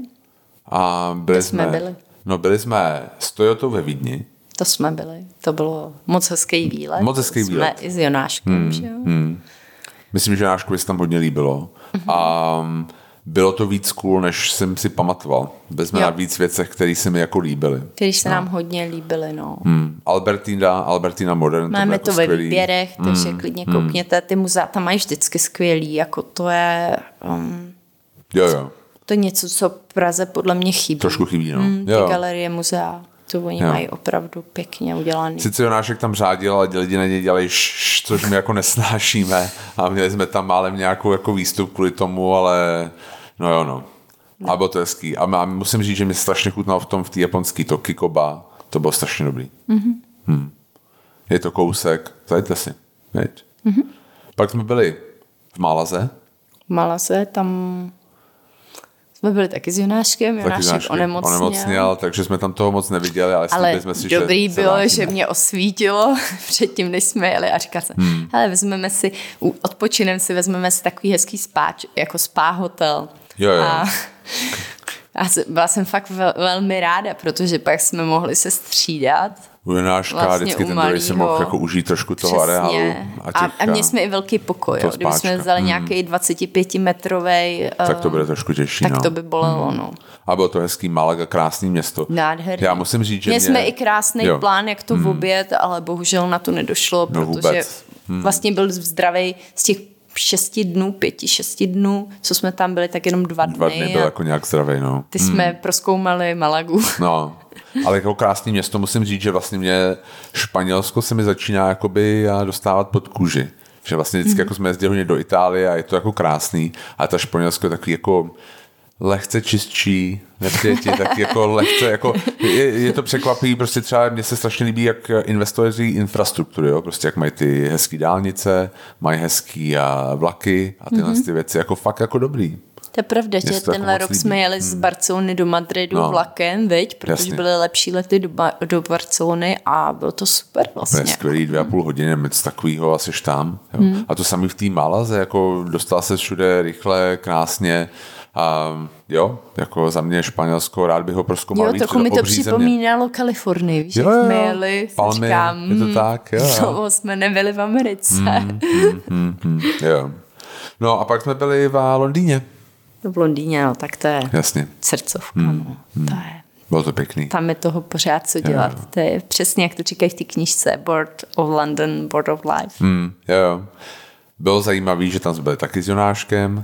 A byli jsme, jsme byli? No byli jsme s Toyotou ve Vídni. To jsme byli. To bylo moc hezký výlet. Moc hezký výlet. Jsme i s Jonáškem, hmm, že jo? Hmm. Myslím, že Jonáškovi se tam hodně líbilo. Mm-hmm. A bylo to víc cool, než jsem si pamatoval. Byli jsme na víc věcech, které se mi jako líbily. Které se no. nám hodně líbily, no. Hmm. Albertina, Albertina Modern. Máme to, to jako ve skvělý. výběrech, takže hmm. klidně koukněte. Ty muzea tam mají vždycky skvělý, jako to je... Um, jo, jo. To je něco, co v Praze podle mě chybí. Trošku chybí, no. Hmm, ty jo. galerie, muzea, to oni jo. mají opravdu pěkně udělaný. Sice Jonášek tam řádil, ale lidi na něj dělají š, což my jako nesnášíme. A měli jsme tam málem nějakou jako výstup kvůli tomu, ale no jo, no. no. A bylo to hezký. A, a musím říct, že mě strašně chutnalo v tom, v té japonský Tokikoba. To bylo strašně dobrý. Mm-hmm. Hmm. Je to kousek, zajďte si. Mm-hmm. Pak jsme byli v Malaze. V Malaze, tam... Jsme byli taky s Jonáškem, Jonášek onemocněl. onemocněl. Takže jsme tam toho moc neviděli, ale, ale jsme si, dobrý že bylo, že mě osvítilo předtím, než jsme jeli a říkal jsem, hmm. hele, vezmeme si, odpočinem si, vezmeme si takový hezký spáč, jako spa hotel. Jo, jo. A, a byla jsem fakt vel, velmi ráda, protože pak jsme mohli se střídat. U Jonáška vlastně vždycky ten druhý si mohl jako užít trošku toho přesně. areálu. A, a, a měli jsme i velký pokoj. Kdyby jsme vzali hmm. nějaký dvacetipětimetrovej, tak to bude trošku těžší. Tak no. to by bolelo. Hmm. No. A bylo to hezký Malaga, krásný město. Nádherný. Já musím říct, že Měli mě... jsme i krásný jo. plán, jak to v oběd, ale bohužel na to nedošlo, no, protože hmm. vlastně byl zdravý z těch šesti dnů, pěti, šesti dnů, co jsme tam byli, tak jenom dva dny. Dva dny byl jako nějak zdravý, no. Ty hmm. jsme prozkoumali Malagu. No, ale jako krásný město, musím říct, že vlastně mě Španělsko se mi začíná jakoby dostávat pod kůži. Že vlastně vždycky mm. jako jsme jezdili hodně do Itálie a je to jako krásný, ale ta Španělsko je takový jako lehce čistší, nepřijetí, tak jako lehce, jako je, je to překvapivý, prostě třeba mně se strašně líbí, jak investoři infrastruktury, jo, prostě jak mají ty hezký dálnice, mají hezký a vlaky a tyhle mm-hmm. ty věci, jako fakt jako dobrý. To je pravda, že tenhle rok líbí. Jsme jeli hmm. z Barcelony do Madridu no. vlakem, viď? Protože jasně. byly lepší lety do, ba- do Barcelony a bylo to super vlastně. To je skvělý, dvě a půl hodiny, nic takového a seš tam. Jo. Hmm. A to samý v té Malaze, jako dostal se všude rychle, krásně. A jo, jako za mě Španělsko, rád bych ho prozkoumal jo, víc. Jo, trochu mi to připomínalo země. Kalifornii, víš, jo, jak jsme jeli, Palmy, říkám, je to tak, jo. No, jsme nebyli v Americe. Mm, mm, mm, mm, jo. No a pak jsme byli v Londýně. V Londýně, no, tak to je jasně. srdcovka, mm, no. mm. To je, Bylo to pěkný. Tam je toho pořád co dělat. Jo. To je přesně, jak to říkají v té knížce Board of London, Board of Life. Mm, jo. Bylo zajímavý, že tam jsme byli taky s Jonáškem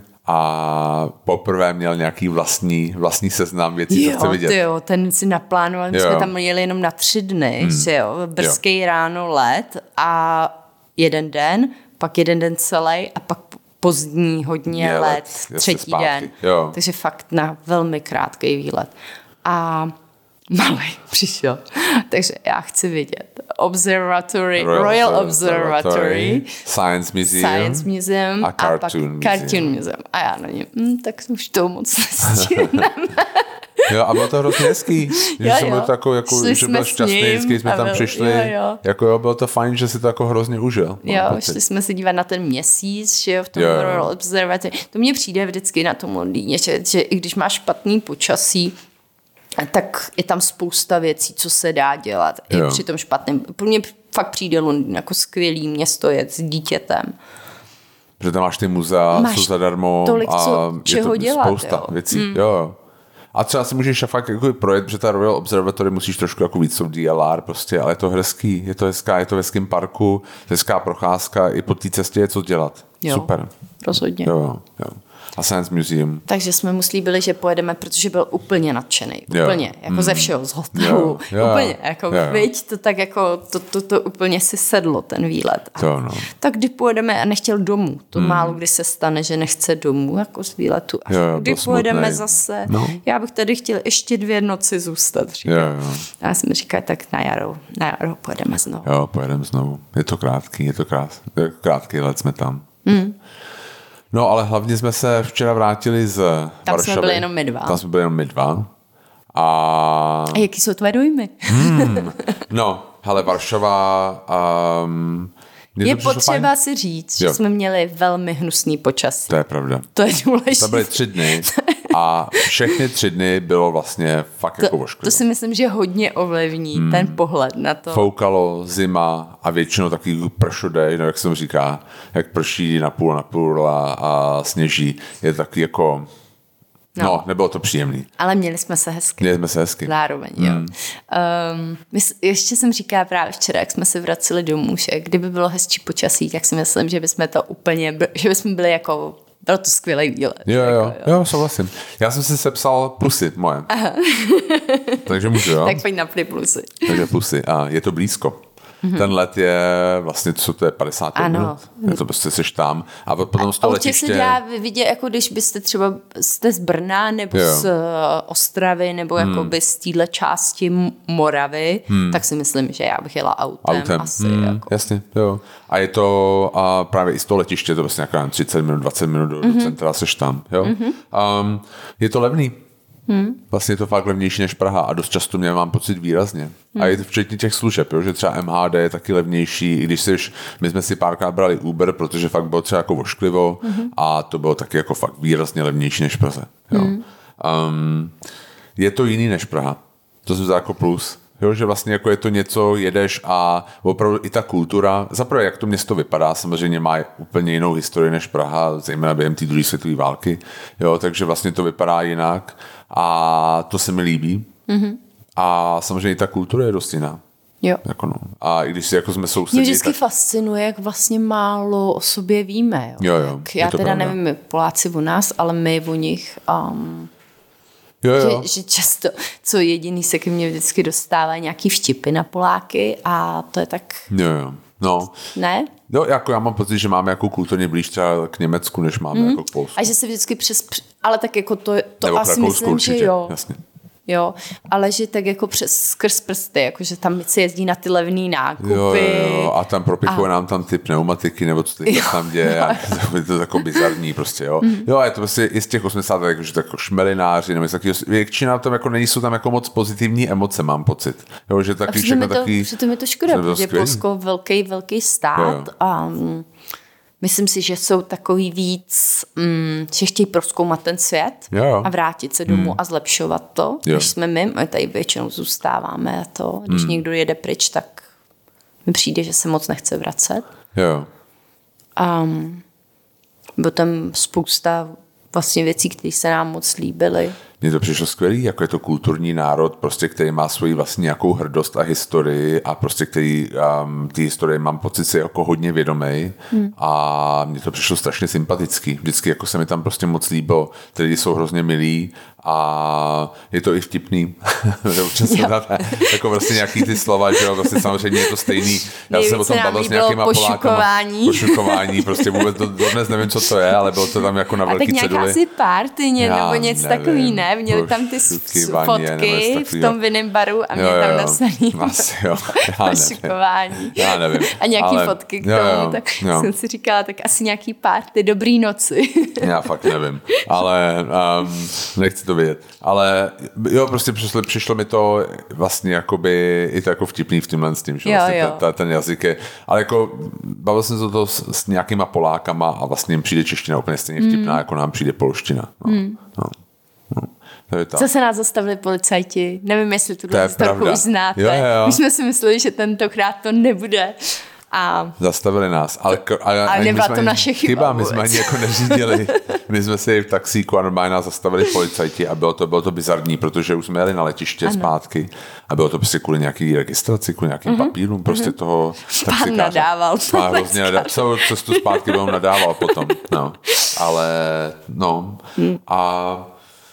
a poprvé měl nějaký vlastní, vlastní seznam věcí, jo, co chce vidět. Jo, ten si naplánoval, my jsme tam jeli jenom na tři dny, mm. že jo, brzký jo. ráno let a jeden den, pak jeden den celý a pak pozdní hodně je let, let třetí den. Jo. Takže fakt na velmi krátký výlet. A malej přišel. Takže já chci vidět. Observatory, Royal, Royal Observatory, Observatory, Science Museum, Science Museum a Cartoon a Museum. Cartoon Museum. A já na něm, hm, tak už to moc nestihneme. Jo, a bylo to hrozně hezký. Že jo, jsem byl tako, jako, že byl šťastný, vždycky jsme tam byl, přišli. Jo, jo. Jako jo, bylo to fajn, že si to jako hrozně užil. Jo, šli jsme se dívat na ten měsíc, že jo, v tom jo, Royal Observatory. To mně přijde vždycky na tom Londýně, že, že i když máš špatný počasí, tak je tam spousta věcí, co se dá dělat. Jo. I při tom špatném. Pro mě fakt přijde Londýn jako skvělý město jet s dítětem. Protože tam máš ty muzea, máš jsou zadarmo tolik, a co, je to dělat, spousta jo. věcí. Mm. Jo. A třeba si můžeš fakt jako projet, protože ta Royal Observatory musíš trošku jako víc v D L R prostě, ale je to hezký, je to hezká, je to v hezkém parku, hezká procházka, i po té cestě je co dělat. Jo, super. Rozhodně. Jo, jo. A Science Museum. Takže jsme mu slíbili, že pojedeme, protože byl úplně nadšený. Úplně, jo. jako mm. ze všeho, z hotelu. Jo. Jo. Úplně, jako jo. viď, to tak jako, to, to, to úplně si sedlo, ten výlet. To, no. Tak kdy pojedeme a nechtěl domů. To mm. málo kdy se stane, že nechce domů, jako z výletu. A jo, kdy pojedeme smutnej. zase, no. já bych tady chtěl ještě dvě noci zůstat. Jo, jo. A já jsem říkal, tak na jaro, na jaro pojedeme znovu. Jo, pojedeme znovu. Je to krátký, je to krás, krátký let jsme tam. Mm. No, ale hlavně jsme se včera vrátili z Tam Varšavy. jsme byli jenom my dva. Tam jsme byli jenom my dva. A, a jaký jsou tvoje dojmy? hmm, no, hele, Varšava... Um, je potřeba fajn. si říct, jo. že jsme měli velmi hnusný počasí. To je pravda. To je důležité. To byly tři dny a všechny tři dny bylo vlastně fakt to, jako vošklivo. To si myslím, že hodně ovlivní hmm. ten pohled na to. Foukalo, zima a většinou takový pršodej, no jak jsem říká, jak prší na půl na půl a, a sněží. Je taky jako... No. no, nebylo to příjemný. Ale měli jsme se hezky. Měli jsme se hezky. Zároveň, jo. Mm. Um, my, ještě jsem říkala právě včera, jak jsme se vraceli domů, že kdyby bylo hezčí počasí, tak si myslím, že bychom to úplně, že bychom byli jako, bylo to skvělý výlet. Jo, jako, jo, jo, jo, souhlasím. Já jsem si sepsal plusy moje. Aha. Takže můžu, jo? Tak pojď na plusy. Takže plusy. A je to blízko. Mm-hmm. Ten let je vlastně, co to je, padesát pět minut. Je to prostě seš tam. A potom z toho letiště... se dá vidět, jako když byste třeba jste z Brna nebo jo. z Ostravy nebo hmm. jakoby z téhle části Moravy, hmm. tak si myslím, že já bych jela autem. Autem, asi, hmm. jako. Jasně, jo. A je to a právě i z toho letiště, to vlastně nějaká třicet minut, dvacet minut do, mm-hmm. do centra seš tam. Jo? Mm-hmm. Um, je to levný. Hmm. Vlastně je to fakt levnější než Praha a dost často mě mám pocit výrazně. Hmm. A je to včetně těch služeb, jo, že třeba M H D je taky levnější, i když jsi, my jsme si párkrát brali Uber, protože fakt bylo třeba jako vošklivo hmm. a to bylo taky jako fakt výrazně levnější než Praze. Jo. Hmm. Um, je to jiný než Praha. To jsem jako plus. Jo, že vlastně jako je to něco, jedeš a opravdu i ta kultura, zaprvé jak to město vypadá, samozřejmě má úplně jinou historii než Praha, zejména během té druhé světové války, jo, takže vlastně to vypadá jinak a to se mi líbí. Mm-hmm. A samozřejmě i ta kultura je dost jiná. Jo. Jako no. A i když si jako jsme sousedí... Mě vždycky tak... fascinuje, jak vlastně málo o sobě víme. Jo. Jo, jo, já teda pravda. nevím, Poláci o nás, ale my o nich... Um... Jo, jo. Že, že často, co jediný se ke mně vždycky dostává nějaký vtipy na Poláky a to je tak... Jo, jo. No. Ne? No, jako já mám pocit, že máme jako kulturně blíž třeba k Německu, než máme mm. jako k Polsku. A že se vždycky přes... Ale tak jako to, to Nebo asi myslím, určitě. že jo. Jasně. Jo, ale že tak jako přes skrz prsty, jakože tam se jezdí na ty levný nákupy. Jo, jo, a tam propikuje a... nám tam ty pneumatiky, nebo co teď tam děje, a je to jako bizarní prostě, jo. Mm. Jo, a je to prostě i z těch osmdesátých, jakože to jako šmelináři, nebo takový, většina tam jako nejsou tam jako moc pozitivní emoce, mám pocit. Jo, že taky všechno takový... Přitom je to škoda, protože Polsko velký, velký stát jo, jo. a... Myslím si, že jsou takový víc, mm, že chtějí prozkoumat ten svět jo. a vrátit se domů mm. a zlepšovat to. Jo. Když jsme my, my tady většinou zůstáváme a to, když mm. někdo jede pryč, tak mi přijde, že se moc nechce vracet. Jo. Um, bylo tam spousta vlastně věcí, které se nám moc líbily. mně to přišlo skvělý, jako je to kulturní národ, prostě, který má svoji vlastní nějakou hrdost a historii a prostě, který um, ty historie mám pocit si jako hodně vědomý hmm. a mně to přišlo strašně sympatický. Vždycky jako se mi tam prostě moc líbilo, ty lidi jsou hrozně milí a je to i vtipný. Občas jsem dáte, jako prostě nějaký ty slova, že jo, prostě samozřejmě je to stejný. Já jsem o tom bavil s nějakýma Polákama. Pošukování, prostě vůbec do, dodnes nevím, co to je, ale bylo to tam jako na velký ceduly. A tak nějaká asi party nebo něco takový, ne? Měli tam ty fotky v tom vinném baru a mě tam napsaný pošukování. Já nevím. A nějaký ale, fotky k jo, tomu, jo, tak jo. jsem si říkala, tak asi nějaký party, dobrý noci. Já fakt nevím, ale um, nechci to vědět. Ale jo, prostě přišlo, přišlo mi to vlastně jakoby i to jako vtipný v tímhle s tím, že jo, vlastně jo. Ten, ten, ten jazyk je, ale jako bavil jsem se to s, s nějakýma Polákama a vlastně jim přijde čeština úplně stejně vtipná, mm. jako nám přijde polština. No, mm. no, no. Co se nás zastavili policajti? Nevím, jestli tuhle historku už znáte. Jo, jo. My jsme si mysleli, že tentokrát to nebude. A zastavili nás. Ale, ale, ale nebyla to naše chyba. chyba my jsme ani jako neřídili. My jsme si v taxíku a normálně nás zastavili policajti a bylo to, bylo to bizarní, protože už jsme jeli na letiště ano. zpátky a bylo to prostě kvůli nějaký registraci, kvůli nějakým mm-hmm. papírům, prostě mm-hmm. toho taxikáře. Pán nadával. Pán hrozně nadával. Celou cestu zpátky byl nadával potom. No. Ale no mm. a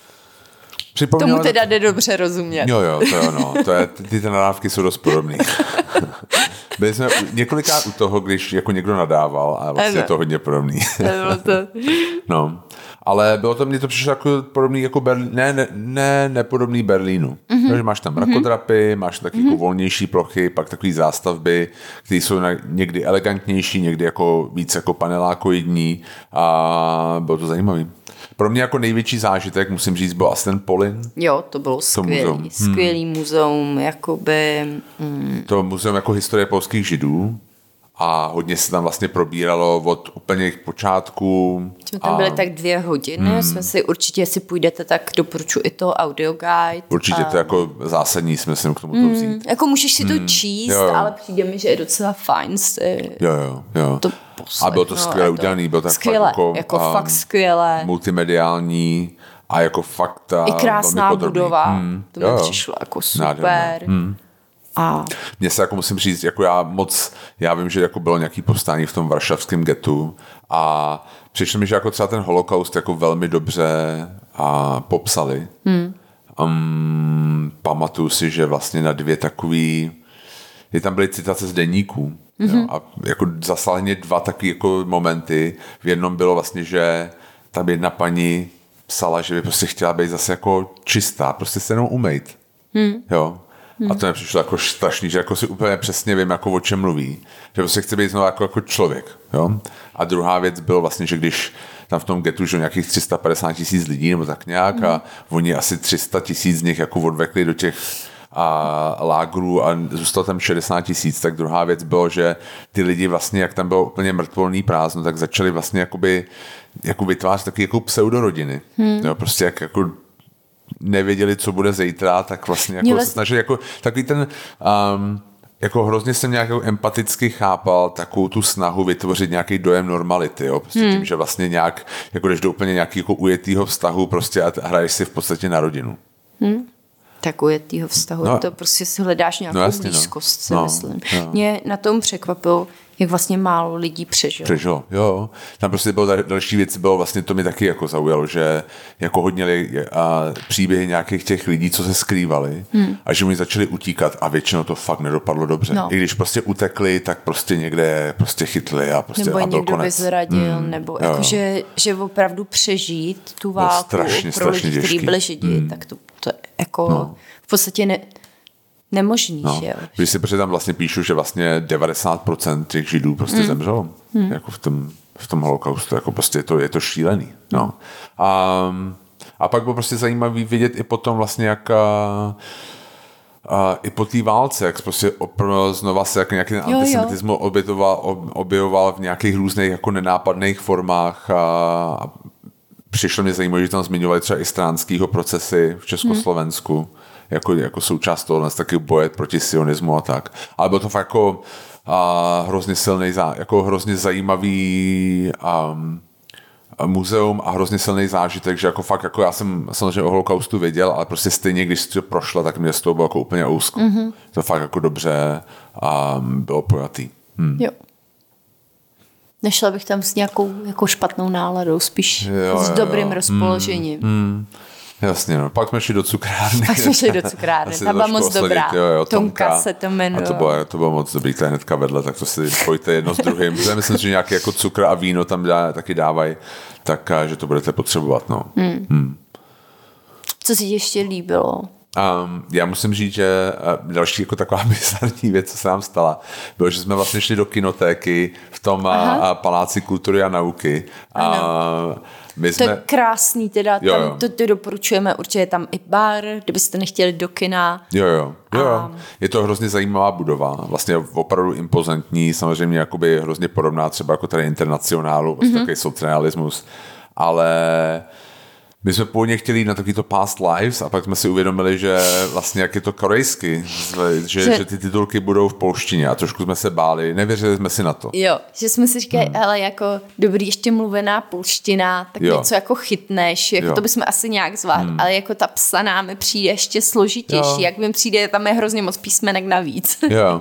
Tomu teda jde dobře rozumět. Jo, jo, to jo, no. To je, ty, ty nadávky jsou dost podobný. Byli jsme několikrát u toho, když jako někdo nadával a vlastně je to hodně podobný. Bylo to. No, ale bylo to, mně to přišlo jako podobný jako Berlín, ne, ne, ne nepodobný Berlínu. Mm-hmm. Takže máš tam mrakodrapy, máš taky mm-hmm. jako volnější plochy, pak takový zástavby, které jsou někdy elegantnější, někdy jako víc jako panelákoidní a bylo to zajímavý. Pro mě jako největší zážitek, musím říct, byl asi ten Polin. Jo, to bylo skvělý. Hmm. Skvělý muzeum, jakoby... Mm. To muzeum jako historie polských židů a hodně se tam vlastně probíralo od úplně jejich počátků. Jsme tam a... byli tak dvě hodiny, hmm. jsme si určitě, jestli půjdete, tak doporučuji i to audioguide. Určitě a... to jako zásadní smysl k tomu to vzít. Hmm. Jako můžeš si to hmm. číst, jo, jo. ale přijde mi, že je docela fajn si jo, jo, jo. to poslech. A bylo to skvěle no, udělaný, bylo tak skvěle, fakt jako, jako um, fakt skvěle. Multimediální a jako fakt i krásná budova, hmm. to mi jo, přišlo jako super. Hmm. A... Mně se jako musím říct, jako já moc, já vím, že jako bylo nějaký povstání v tom varšavském getu a přišlo mi, že jako třeba ten holokaust jako velmi dobře a popsali. Hmm. Um, pamatuju si, že vlastně na dvě takový, je tam byly citace z deníků. Mm-hmm. Jo, a jako zaslali dva takové jako momenty. V jednom bylo vlastně, že tam jedna paní psala, že by prostě chtěla být zase jako čistá, prostě se jenom umejt. Mm. Jo. Mm. A to mi přišlo jako strašný, že jako si úplně přesně vím, jako o čem mluví. Že prostě chce být znovu jako, jako člověk. Jo. A druhá věc bylo vlastně, že když tam v tom getu, že nějakých tři sta padesát tisíc lidí nebo tak nějak mm. a oni asi tři sta tisíc z nich jako odvekli do těch a lágrů a zůstalo tam šedesát tisíc, tak druhá věc bylo, že ty lidi vlastně, jak tam bylo úplně mrtvolný prázdno, tak začali vlastně jakoby, jako vytvářet taky jako pseudorodiny. Hmm. Jo, prostě jak jako nevěděli, co bude zítra, tak vlastně jako se snažili jako takový ten um, jako hrozně jsem nějak jako empaticky chápal takovou tu snahu vytvořit nějaký dojem normality, jo, prostě hmm. tím, že vlastně nějak, jako jdeš do úplně nějaký jako ujetýho vztahu prostě a hraješ si v podstatě na rodinu. Hmm. Tak ujetýho vztahu, no, to prostě si hledáš nějakou no, jasně, blízkost, no. si myslím. No, no. Mě na tom překvapilo, jak vlastně málo lidí přežilo. Přežilo, jo. Tam prostě bylo další věc, bylo vlastně, to mi taky jako zaujalo, že jako hodně a příběhy nějakých těch lidí, co se skrývali hmm. a že oni začali utíkat a většinou to fakt nedopadlo dobře. No. I když prostě utekli, tak prostě někde prostě chytli a prostě nebo a byl někdo konec. vyzradil, hmm. nebo jo. jako, že, že opravdu přežít tu válku strašně, pro lidi, kteří byli židi, hmm. tak to, to je jako no. v podstatě ne, nemožný, no. že jo. Když si protože tam vlastně píšu, že vlastně devadesát procent těch židů prostě hmm. zemřelo hmm. jako v tom, v tom holokaustu, jako prostě je to, je to šílený. No. A, a pak bylo prostě zajímavý vidět i potom vlastně, jak a, a, i po té válce, jak prostě opr- znova se jak nějaký jo, antisemitismus objevoval, objevoval v nějakých různých jako nenápadných formách a, a přišlo mě zajímavé, že tam zmiňovali třeba i stránského procesy v Československu. Hmm. Jako, jako součást toho taky boje proti sionismu a tak. Ale bylo to fakt jako a, hrozně silný, jako hrozně zajímavý um, muzeum a hrozně silný zážitek, že jako fakt, jako já jsem samozřejmě o holokaustu věděl, ale prostě stejně, když to prošla, tak mě z toho bylo jako úplně úzko. Mm-hmm. To fakt jako dobře a bylo pojatý. Hm. Jo. Nešla bych tam s nějakou jako špatnou náladou, spíš jo, s dobrým jo. rozpoložením. Mm, mm. Jasně, no. Pak jsme šli do cukrárny. Pak jsme šli do cukrárny, ta byla moc dobrá. Jo, jo, Tomka se to jmenuje. A to bylo, to bylo moc dobrý, to je hnedka vedle, tak to si spojte jedno s druhým. Myslím si, že nějaký jako cukr a víno tam dá, taky dávají, tak že to budete potřebovat. No. Hmm. Hmm. Co si ještě líbilo? Um, já musím říct, že uh, další jako taková bizarní věc, co se nám stala, bylo, že jsme vlastně šli do kinotéky v tom uh, Paláci kultury a nauky. Uh, My jsme... To je krásný, teda tam jo, jo. To, to doporučujeme, určitě je tam i bar, kdybyste nechtěli do kina. Jo, jo, jo. A... Je to hrozně zajímavá budova, vlastně opravdu impozantní, samozřejmě jakoby hrozně podobná třeba jako tady Internacionálu, vlastně mm-hmm. takový socialismus, ale my jsme původně chtěli jít na takovýto Past Lives a pak jsme si uvědomili, že vlastně jak je to korejsky, že, že... že ty titulky budou v polštině a trošku jsme se báli, nevěřili jsme si na to. Jo, že jsme si říkali, hmm. ale jako dobrý ještě mluvená polština, tak jo. něco jako chytneš, jako jo. to bychom asi nějak zvládli, hmm. ale jako ta psaná mi přijde ještě složitější, jo. jak mi přijde, tam je hrozně moc písmenek navíc. Jo.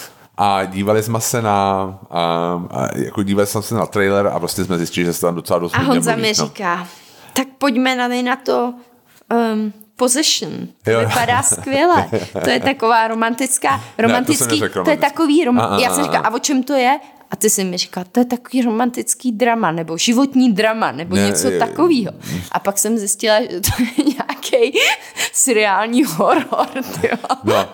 A dívali jsme se na a, a jako dívali jsme se na trailer a prostě jsme zjistili, že se tam docela dost a Honza mi říká, no. tak pojďme na, na to um, Possession. To jo. vypadá skvěle. To je taková romantická, romantický, ne, to, to je takový, rom, a, a, já jsem říkala, a o čem to je? A ty jsi mi říkal, to je takový romantický drama, nebo životní drama, nebo ne, něco takového. A pak jsem zjistila, že to je nějaký seriální horor. Tyjo. No.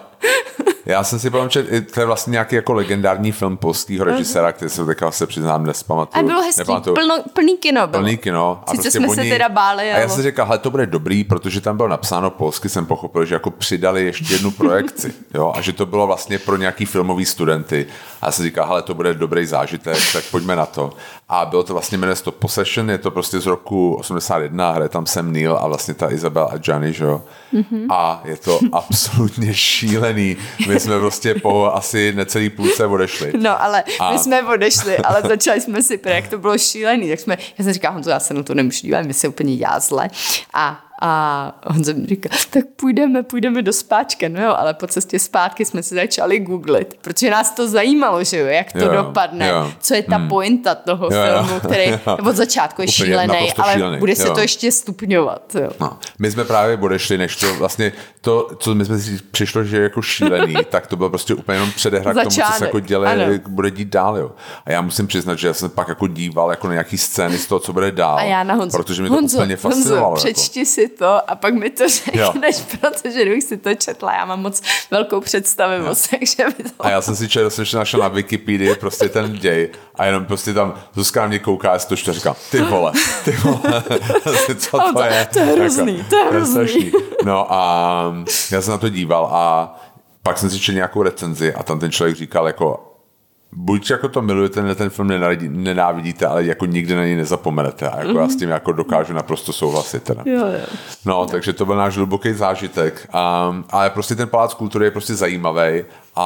Já jsem si pamatuju, že to je vlastně nějaký jako legendární film polského režiséra, který se teďka se přiznám nespamatuju. A bylo hezký, plno, plný kino bylo. Plný kino. A sice prostě jsme oni, se teda báli. A já jsem říkal, hele, to bude dobrý, protože tam bylo napsáno polsky, jsem pochopil, že jako přidali ještě jednu projekci. Jo? A že to bylo vlastně pro nějaký filmový studenty. A já jsem říkal, hele, to bude dobrý zážitek, tak pojďme na to. A bylo to vlastně, jmenuje se to Possession, je to prostě z roku osmdesát jedna, hraje tam Sam Neill a vlastně ta Isabel Adjani, že jo. Mm-hmm. A je to absolutně šílený. My jsme prostě po asi necelý půlce odešli. No, ale a... my jsme odešli, ale začali jsme si, jak to bylo šílený, tak jsme, já jsem říkala, Honzo, já se na to nemůžu dívat, my se úplně jázle. A A Honza mi říká, tak půjdeme, půjdeme do spáčka, no jo, ale po cestě zpátky jsme si začali googlit, protože nás to zajímalo, že jo, jak to jo, dopadne, jo. co je ta hmm. pointa toho jo, filmu, který jo. od začátku je šílený, ale šílený. bude se jo. to ještě stupňovat. Jo. No. My jsme právě odešli, než to vlastně, to, co my jsme si přišlo, že je jako šílený, tak to bylo prostě úplně jenom předehra k tomu, co se jako děle, bude dít dál, jo. A já musím přiznat, že já jsem pak jako díval jako na nějaký scény z toho, co bude dál, a já na Honzu, protože mě to Honzo, úplně fascinovalo. Honzo, přečti si to a pak mi to řekneš, jo. protože kdybych si to četla, já mám moc velkou představivost, takže by to... A já jsem si četl, jsem si našel na Wikipedii prostě ten děj a jenom prostě tam Zuzka mě kouká, já si to čtu a říkám, ty vole, ty vole, co to, to je? To je hrozný, to je hrozný. No a já jsem na to díval a pak jsem si četl nějakou recenzi a tam ten člověk říkal jako buď jako to milujete, ten film nenávidíte, ale jako nikdy na něj nezapomenete. A jako mm. já s tím jako dokážu naprosto souhlasit. Teda. Jo, jo. No, takže to byl náš hluboký zážitek. Um, ale prostě ten Palác kultury je prostě zajímavý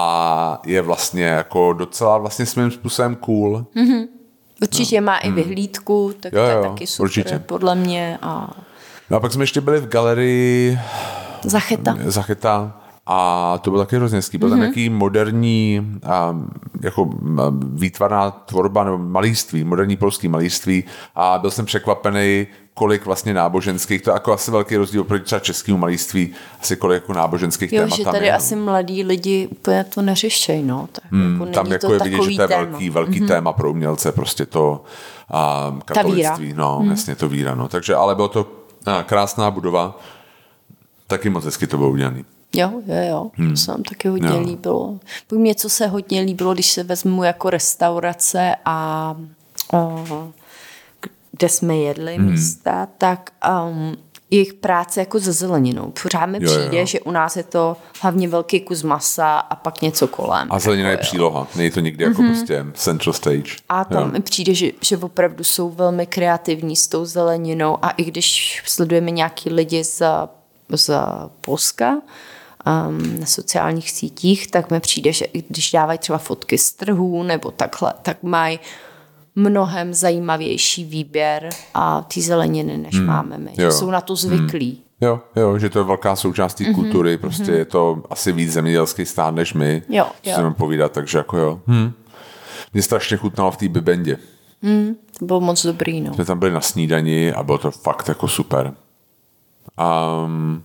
a je vlastně jako docela vlastně svým způsobem cool. Mm-hmm. Určitě no. má mm. i vyhlídku, tak jo, jo, to je taky super určitě. Podle mě. A... No a pak jsme ještě byli v galerii Zachyta. Zachyta. A to bylo taky hrozně hezký. Byl tam mm-hmm. nějaký moderní um, jako výtvarná tvorba nebo malířství, moderní polský malířství a byl jsem překvapený, kolik vlastně náboženských, to je jako asi velký rozdíl oproti třeba českému malířství, asi kolik jako náboženských jo, témat že tady je. asi mladí lidi úplně to neřešejí, no. Tak hmm, jako tam jako je vidět, že to je téma. velký, velký mm-hmm. téma pro umělce, prostě to um, katolictví, no, mm. jasně to víra, no. Takže, ale bylo to a, krásná budova, taky moc hezky to bylo udělaný. Jo, jo, jo, hmm. to se nám taky hodně jo. líbilo. Mě, co se hodně líbilo, když se vezmu jako restaurace a uh, kde jsme jedli hmm. místa, tak um, jejich práce jako se zeleninou. Pořád mi jo, přijde, jo. že u nás je to hlavně velký kus masa a pak něco kolem. A zelenina jako, je příloha, není to nikdy jako mm-hmm. prostě central stage. A tam mi přijde, že, že opravdu jsou velmi kreativní s tou zeleninou a i když sledujeme nějaký lidi z, z Polska, Um, na sociálních sítích, tak mi přijde, že když dávají třeba fotky z trhů nebo takhle, tak mají mnohem zajímavější výběr a ty zeleniny, než hmm. máme my. Že jsou na to zvyklí. Hmm. Jo, jo, že to je velká součást té mm-hmm. kultury, prostě mm-hmm. je to asi víc zemědělský stát než my, jo, co si povídat, takže jako jo. Hmm. Mě strašně chutnalo v té bibendě. Hmm, to bylo moc dobrý, no. Jsme tam byli na snídani a bylo to fakt jako super. Um,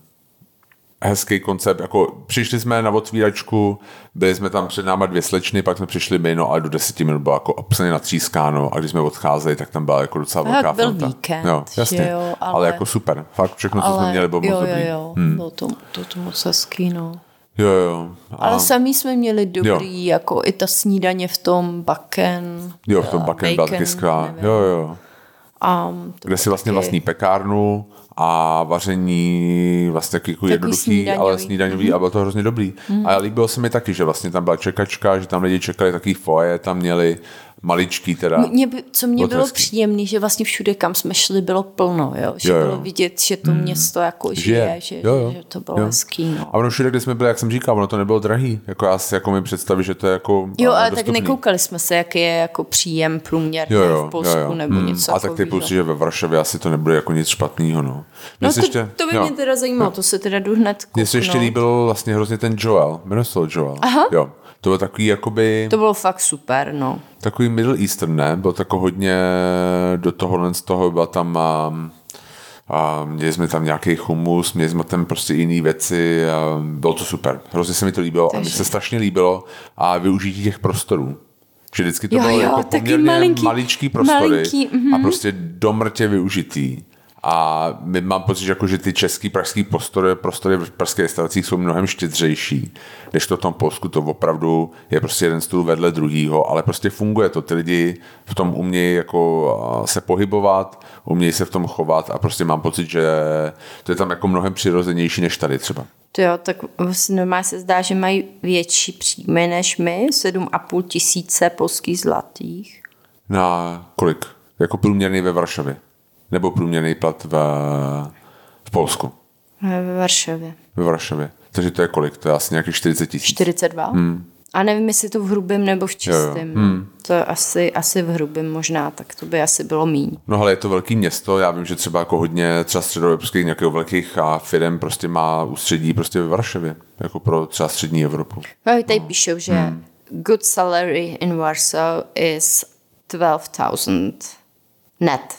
hezký koncept, jako přišli jsme na otvíračku, byli jsme tam před náma dvě slečny, pak jsme přišli my, no ale do deseti minut bylo jako obsaně natřískáno a když jsme odcházeli, tak tam byla jako docela velká byl fronta. Víkend, jo, jasně, jo, ale... ale jako super, fakt všechno, ale... co jsme měli, bylo jo, moc jo, dobrý. Jo, hmm. bylo to, to, to moc hezký, no. Jo, jo. A... Ale sami jsme měli dobrý, jo. Jako i ta snídaně v tom Baken. Jo, v tom Baken byla taky skvělá. Jo, jo. Um, Kde si vlastně taky... vlastní pekárnu a vaření vlastně taky jako jednoduchý, snídaňový. ale snídaňový mm-hmm. a bylo to hrozně dobrý. Mm-hmm. A líbilo se mi taky, že vlastně tam byla čekačka, že tam lidi čekali takový foje, tam měli maličký teda. Mě, co mě bylo příjemný, že vlastně všude, kam jsme šli, bylo plno, jo? Že jo, jo. bylo vidět, že to město jako žije, že, jo, jo. že to bylo jo. hezký. No. A ono všude, kde jsme byli, jak jsem říkal, ono to nebylo drahý. Jako já si jako mi představit, že to je jako jo, ale dostupný. tak nekoukali jsme se, jaký je jako příjem průměrný v Polsku jo, jo. nebo hmm. něco. A tak ty půjci, že ve Varšavě asi to nebude jako nic špatného. No, no to, ještě, to by jo. mě teda zajímalo, to se teda jdu hned kouknout. Mně se ještě líbilo vlastně hrozně ten Joel, jmenuje se to Joel. Aha. Jo. To bylo takový jakoby... To bylo fakt super, no. Takový Middle Eastern, ne? Bylo to jako hodně do tohohle z toho, byla tam... A, a měli jsme tam nějaký humus, měli jsme tam prostě jiný věci a bylo to super. Hrozně se mi to líbilo. Takže... A mi se strašně líbilo a využití těch prostorů. Že vždycky to jo, bylo jo, jako poměrně malinký, maličký prostory malinký, mm-hmm. a prostě do mrtě využitý. A my mám pocit, že, jako, že ty český pražský prostory, prostory v pražských restauracích jsou mnohem štědřejší, než to v tom Polsku to opravdu je prostě jeden stůl vedle druhýho, ale prostě funguje to. Ty lidi v tom umějí jako se pohybovat, umějí se v tom chovat a prostě mám pocit, že to je tam jako mnohem přirozenější než tady třeba. To jo, tak vlastně normálně se zdá, že mají větší příjmy než my, sedm a půl tisíce polských zlatých. Na kolik? Jako průměrný ve Varšavě. Nebo průměrný plat v, v Polsku? Ve Varšavě. Ve Varšavě. Takže to je kolik? To je asi nějakých čtyřicet tisíc. čtyřicet dva. Hmm. A nevím, jestli to v hrubém nebo v čistém. Hmm. To je asi, asi v hrubém možná, tak to by asi bylo míň. No ale je to velké město, já vím, že třeba jako hodně třeba středoevropských nějakých velkých firm prostě má ústředí prostě ve Varšavě, jako pro třeba střední Evropu. No, tady no. píšou, že hmm. good salary in Warsaw is twelve thousand net.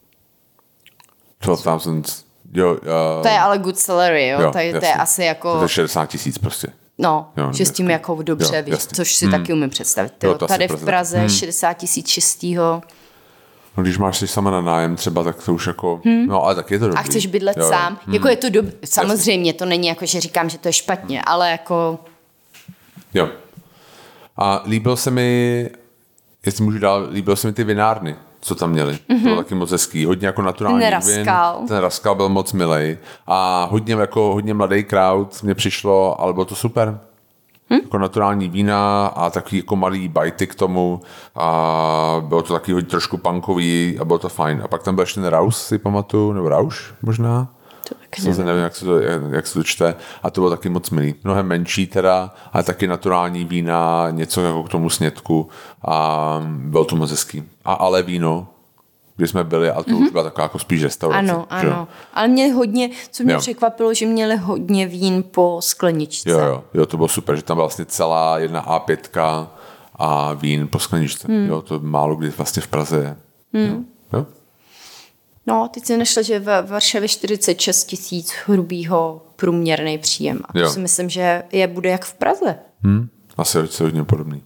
twelve thousand, jo. Uh, to je ale good salary, jo. jo Tady, to je asi jako... To je šedesát tisíc prostě. No, jo, že s tím jako dobře, jo, víš, což si hmm. taky umím představit. Jo, tady v Praze hmm. šedesát tisíc čistýho. No, když máš si sama na nájem třeba, tak to už jako, hmm. no ale tak je to dobrý. A chceš bydlet jo, sám, hmm. jako je to dobrý, samozřejmě to není jako, že říkám, že to je špatně, ale jako... Jo. A líbil se mi, jestli můžu dál, líbil se mi ty vinárny, co tam měli. Mm-hmm. To bylo taky moc hezký. Hodně jako naturální ten Raskal. Vin. Ten Raskal byl moc milej. A hodně, jako, hodně mladý crowd mě přišlo, ale bylo to super. Hm? Jako naturální vína a takový jako malý bajty k tomu. A bylo to taky hodně trošku punkový a bylo to fajn. A pak tam byl ještě ten Raus, si pamatuju, nebo Rauš možná. To taky nevím. nevím, jak se, to, jak, jak se to čte. A to bylo taky moc milý. Mnohem menší teda, ale taky naturální vína, něco jako k tomu snědku. A bylo to moc hezký. A ale víno, kdy jsme byli, a to mm-hmm. už byla taková jako spíš restaurace. Ano, ano. Že? Ale mě hodně, co mě jo. překvapilo, že měli hodně vín po skleničce. Jo, jo, jo, to bylo super, že tam byla vlastně celá jedna á pět a vín po skleničce. Mm. Jo, to málo kdy vlastně v Praze je. Mm. Jo? Jo? No, teď si našla, že v Varšavě čtyřicet šest tisíc hrubýho průměrný příjem. A to jo. si myslím, že je bude jak v Praze. Hmm. Asi je hodně podobný.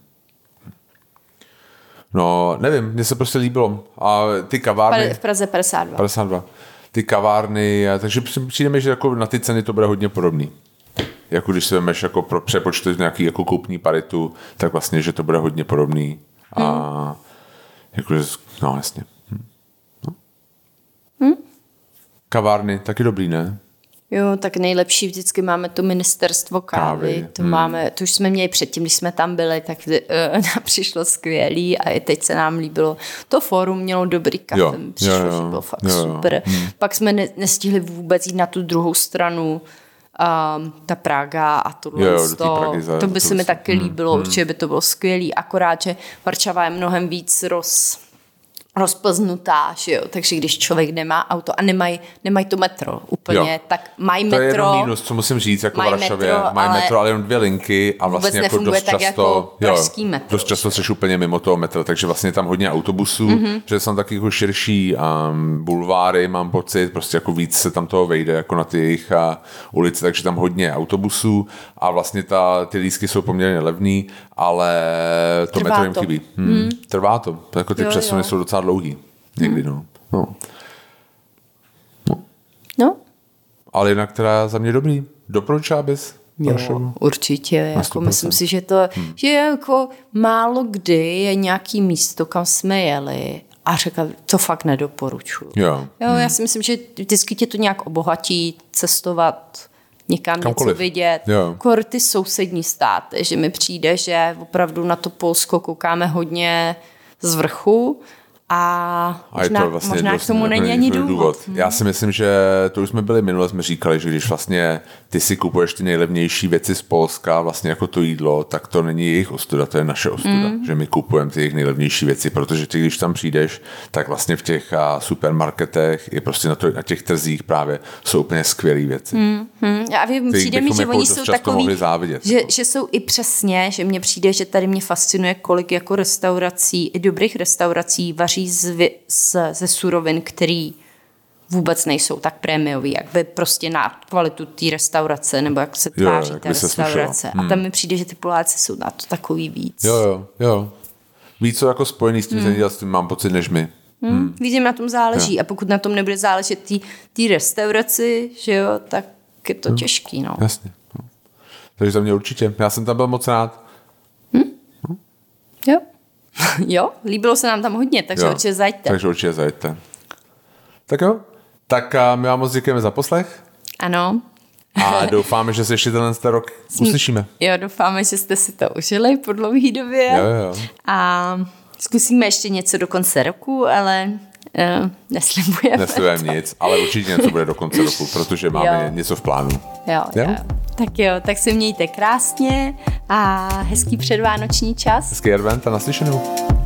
No, nevím, mně se prostě líbilo. A ty kavárny... V Praze padesát dva. padesát dva. Ty kavárny, takže přijdeme, že jako na ty ceny to bude hodně podobný. Jako když si vemeš jako pro přepočtu nějaký jako koupní paritu, tak vlastně, že to bude hodně podobný. A hmm. jakože, no jasně. Hmm? Kavárny, taky dobrý, ne? Jo, tak nejlepší vždycky máme to ministerstvo kávy. kávy. To, hmm. máme, to už jsme měli předtím, když jsme tam byli, tak uh, nám přišlo skvělý a i teď se nám líbilo. To fórum mělo dobrý kafe, jo, přišlo, jo, jo, že bylo fakt jo, jo. super. Hmm. Pak jsme ne, nestihli vůbec jít na tu druhou stranu, um, ta Praga a tohle. Jo, jo, to, Pragy, to by to se mi taky hmm. líbilo, hmm. určitě by to bylo skvělý, akorát, že Varšava je mnohem víc roz... rozplznutá, že jo, takže když člověk nemá auto a nemají nemaj to metro úplně, jo. tak mají metro. To je jedno mínus, co musím říct, jako v Varšavě, mají metro, ale jenom dvě linky a vlastně jako dost často, jako pražský jo, metro. Dost často jsi úplně mimo toho metra, takže vlastně tam hodně autobusů, mm-hmm. že jsou taky jako širší um, bulváry, mám pocit, prostě jako víc se tam toho vejde jako na ty jejich uh, ulice, takže tam hodně autobusů a vlastně ta, ty lístky jsou poměrně levný, ale to Trvá metro jim chybí. Hmm. Hmm. Trvá to, jako ty jo, přesuny jo. jsou docela dlouhý. Někdy, no. No. no. No. Ale jinak teda za mě dobrý. Doporučila bys? Jo, Varšavu? Určitě. Jako myslím si, že to hmm. že jako málo kdy je nějaký místo, kam jsme jeli a řekla, to fakt nedoporučuju. Jo. Jo, hmm. Já si myslím, že vždycky tě to nějak obohatí, cestovat někam Kamkoliv. něco vidět. Kor ty sousední státy, že mi přijde, že opravdu na to Polsko koukáme hodně z vrchu a možná, a vlastně možná k tomu není ani důvod. důvod. Já si myslím, že to už jsme byli minule, jsme říkali, že když vlastně ty si kupuješ ty nejlevnější věci z Polska, vlastně jako to jídlo, tak to není jejich ostuda, to je naše ostuda, mm. že my kupujeme ty jejich nejlevnější věci, protože ty, když tam přijdeš, tak vlastně v těch supermarketech i prostě na, to, na těch trzích právě jsou úplně skvělé věci. Mm. Mm. A vím, přijde mi, že jako oni jsou takový, že, že jsou i přesně, že mně přijde, že tady mě fascinuje, kolik jako restaurací, i dobrých restaurací vaří Z, z, ze surovin, který vůbec nejsou tak prémiový, jak by prostě na kvalitu té restaurace, nebo jak se tváří jo, ta restaurace. Hmm. A tam mi přijde, že ty Poláci jsou na to takový víc. Jo, jo, jo. Víc jsou jako spojený s tím hmm. zemědělstvím, mám pocit, než my. Hmm. Hmm. Víc jim na tom záleží. Jo. A pokud na tom nebude záležet té restauraci, že jo, tak je to jo. těžký, no. Jasně. No. Takže za mě určitě. Já jsem tam byl moc rád. Hmm? No. Jo. Jo, líbilo se nám tam hodně, takže jo, určitě zajďte. Takže určitě zajďte. Tak jo, tak my vám moc děkujeme za poslech. Ano. A doufáme, že se ještě tenhle rok uslyšíme. Jo, doufáme, že jste si to užili po dlouhý době. Jo, jo. A zkusíme ještě něco do konce roku, ale uh, neslibujeme. Neslibujeme nic, ale určitě něco bude do konce roku, protože máme jo. něco v plánu. Jo, jo. jo. Tak jo, tak se mějte krásně a hezký předvánoční čas. Hezký advent a naslyšenou.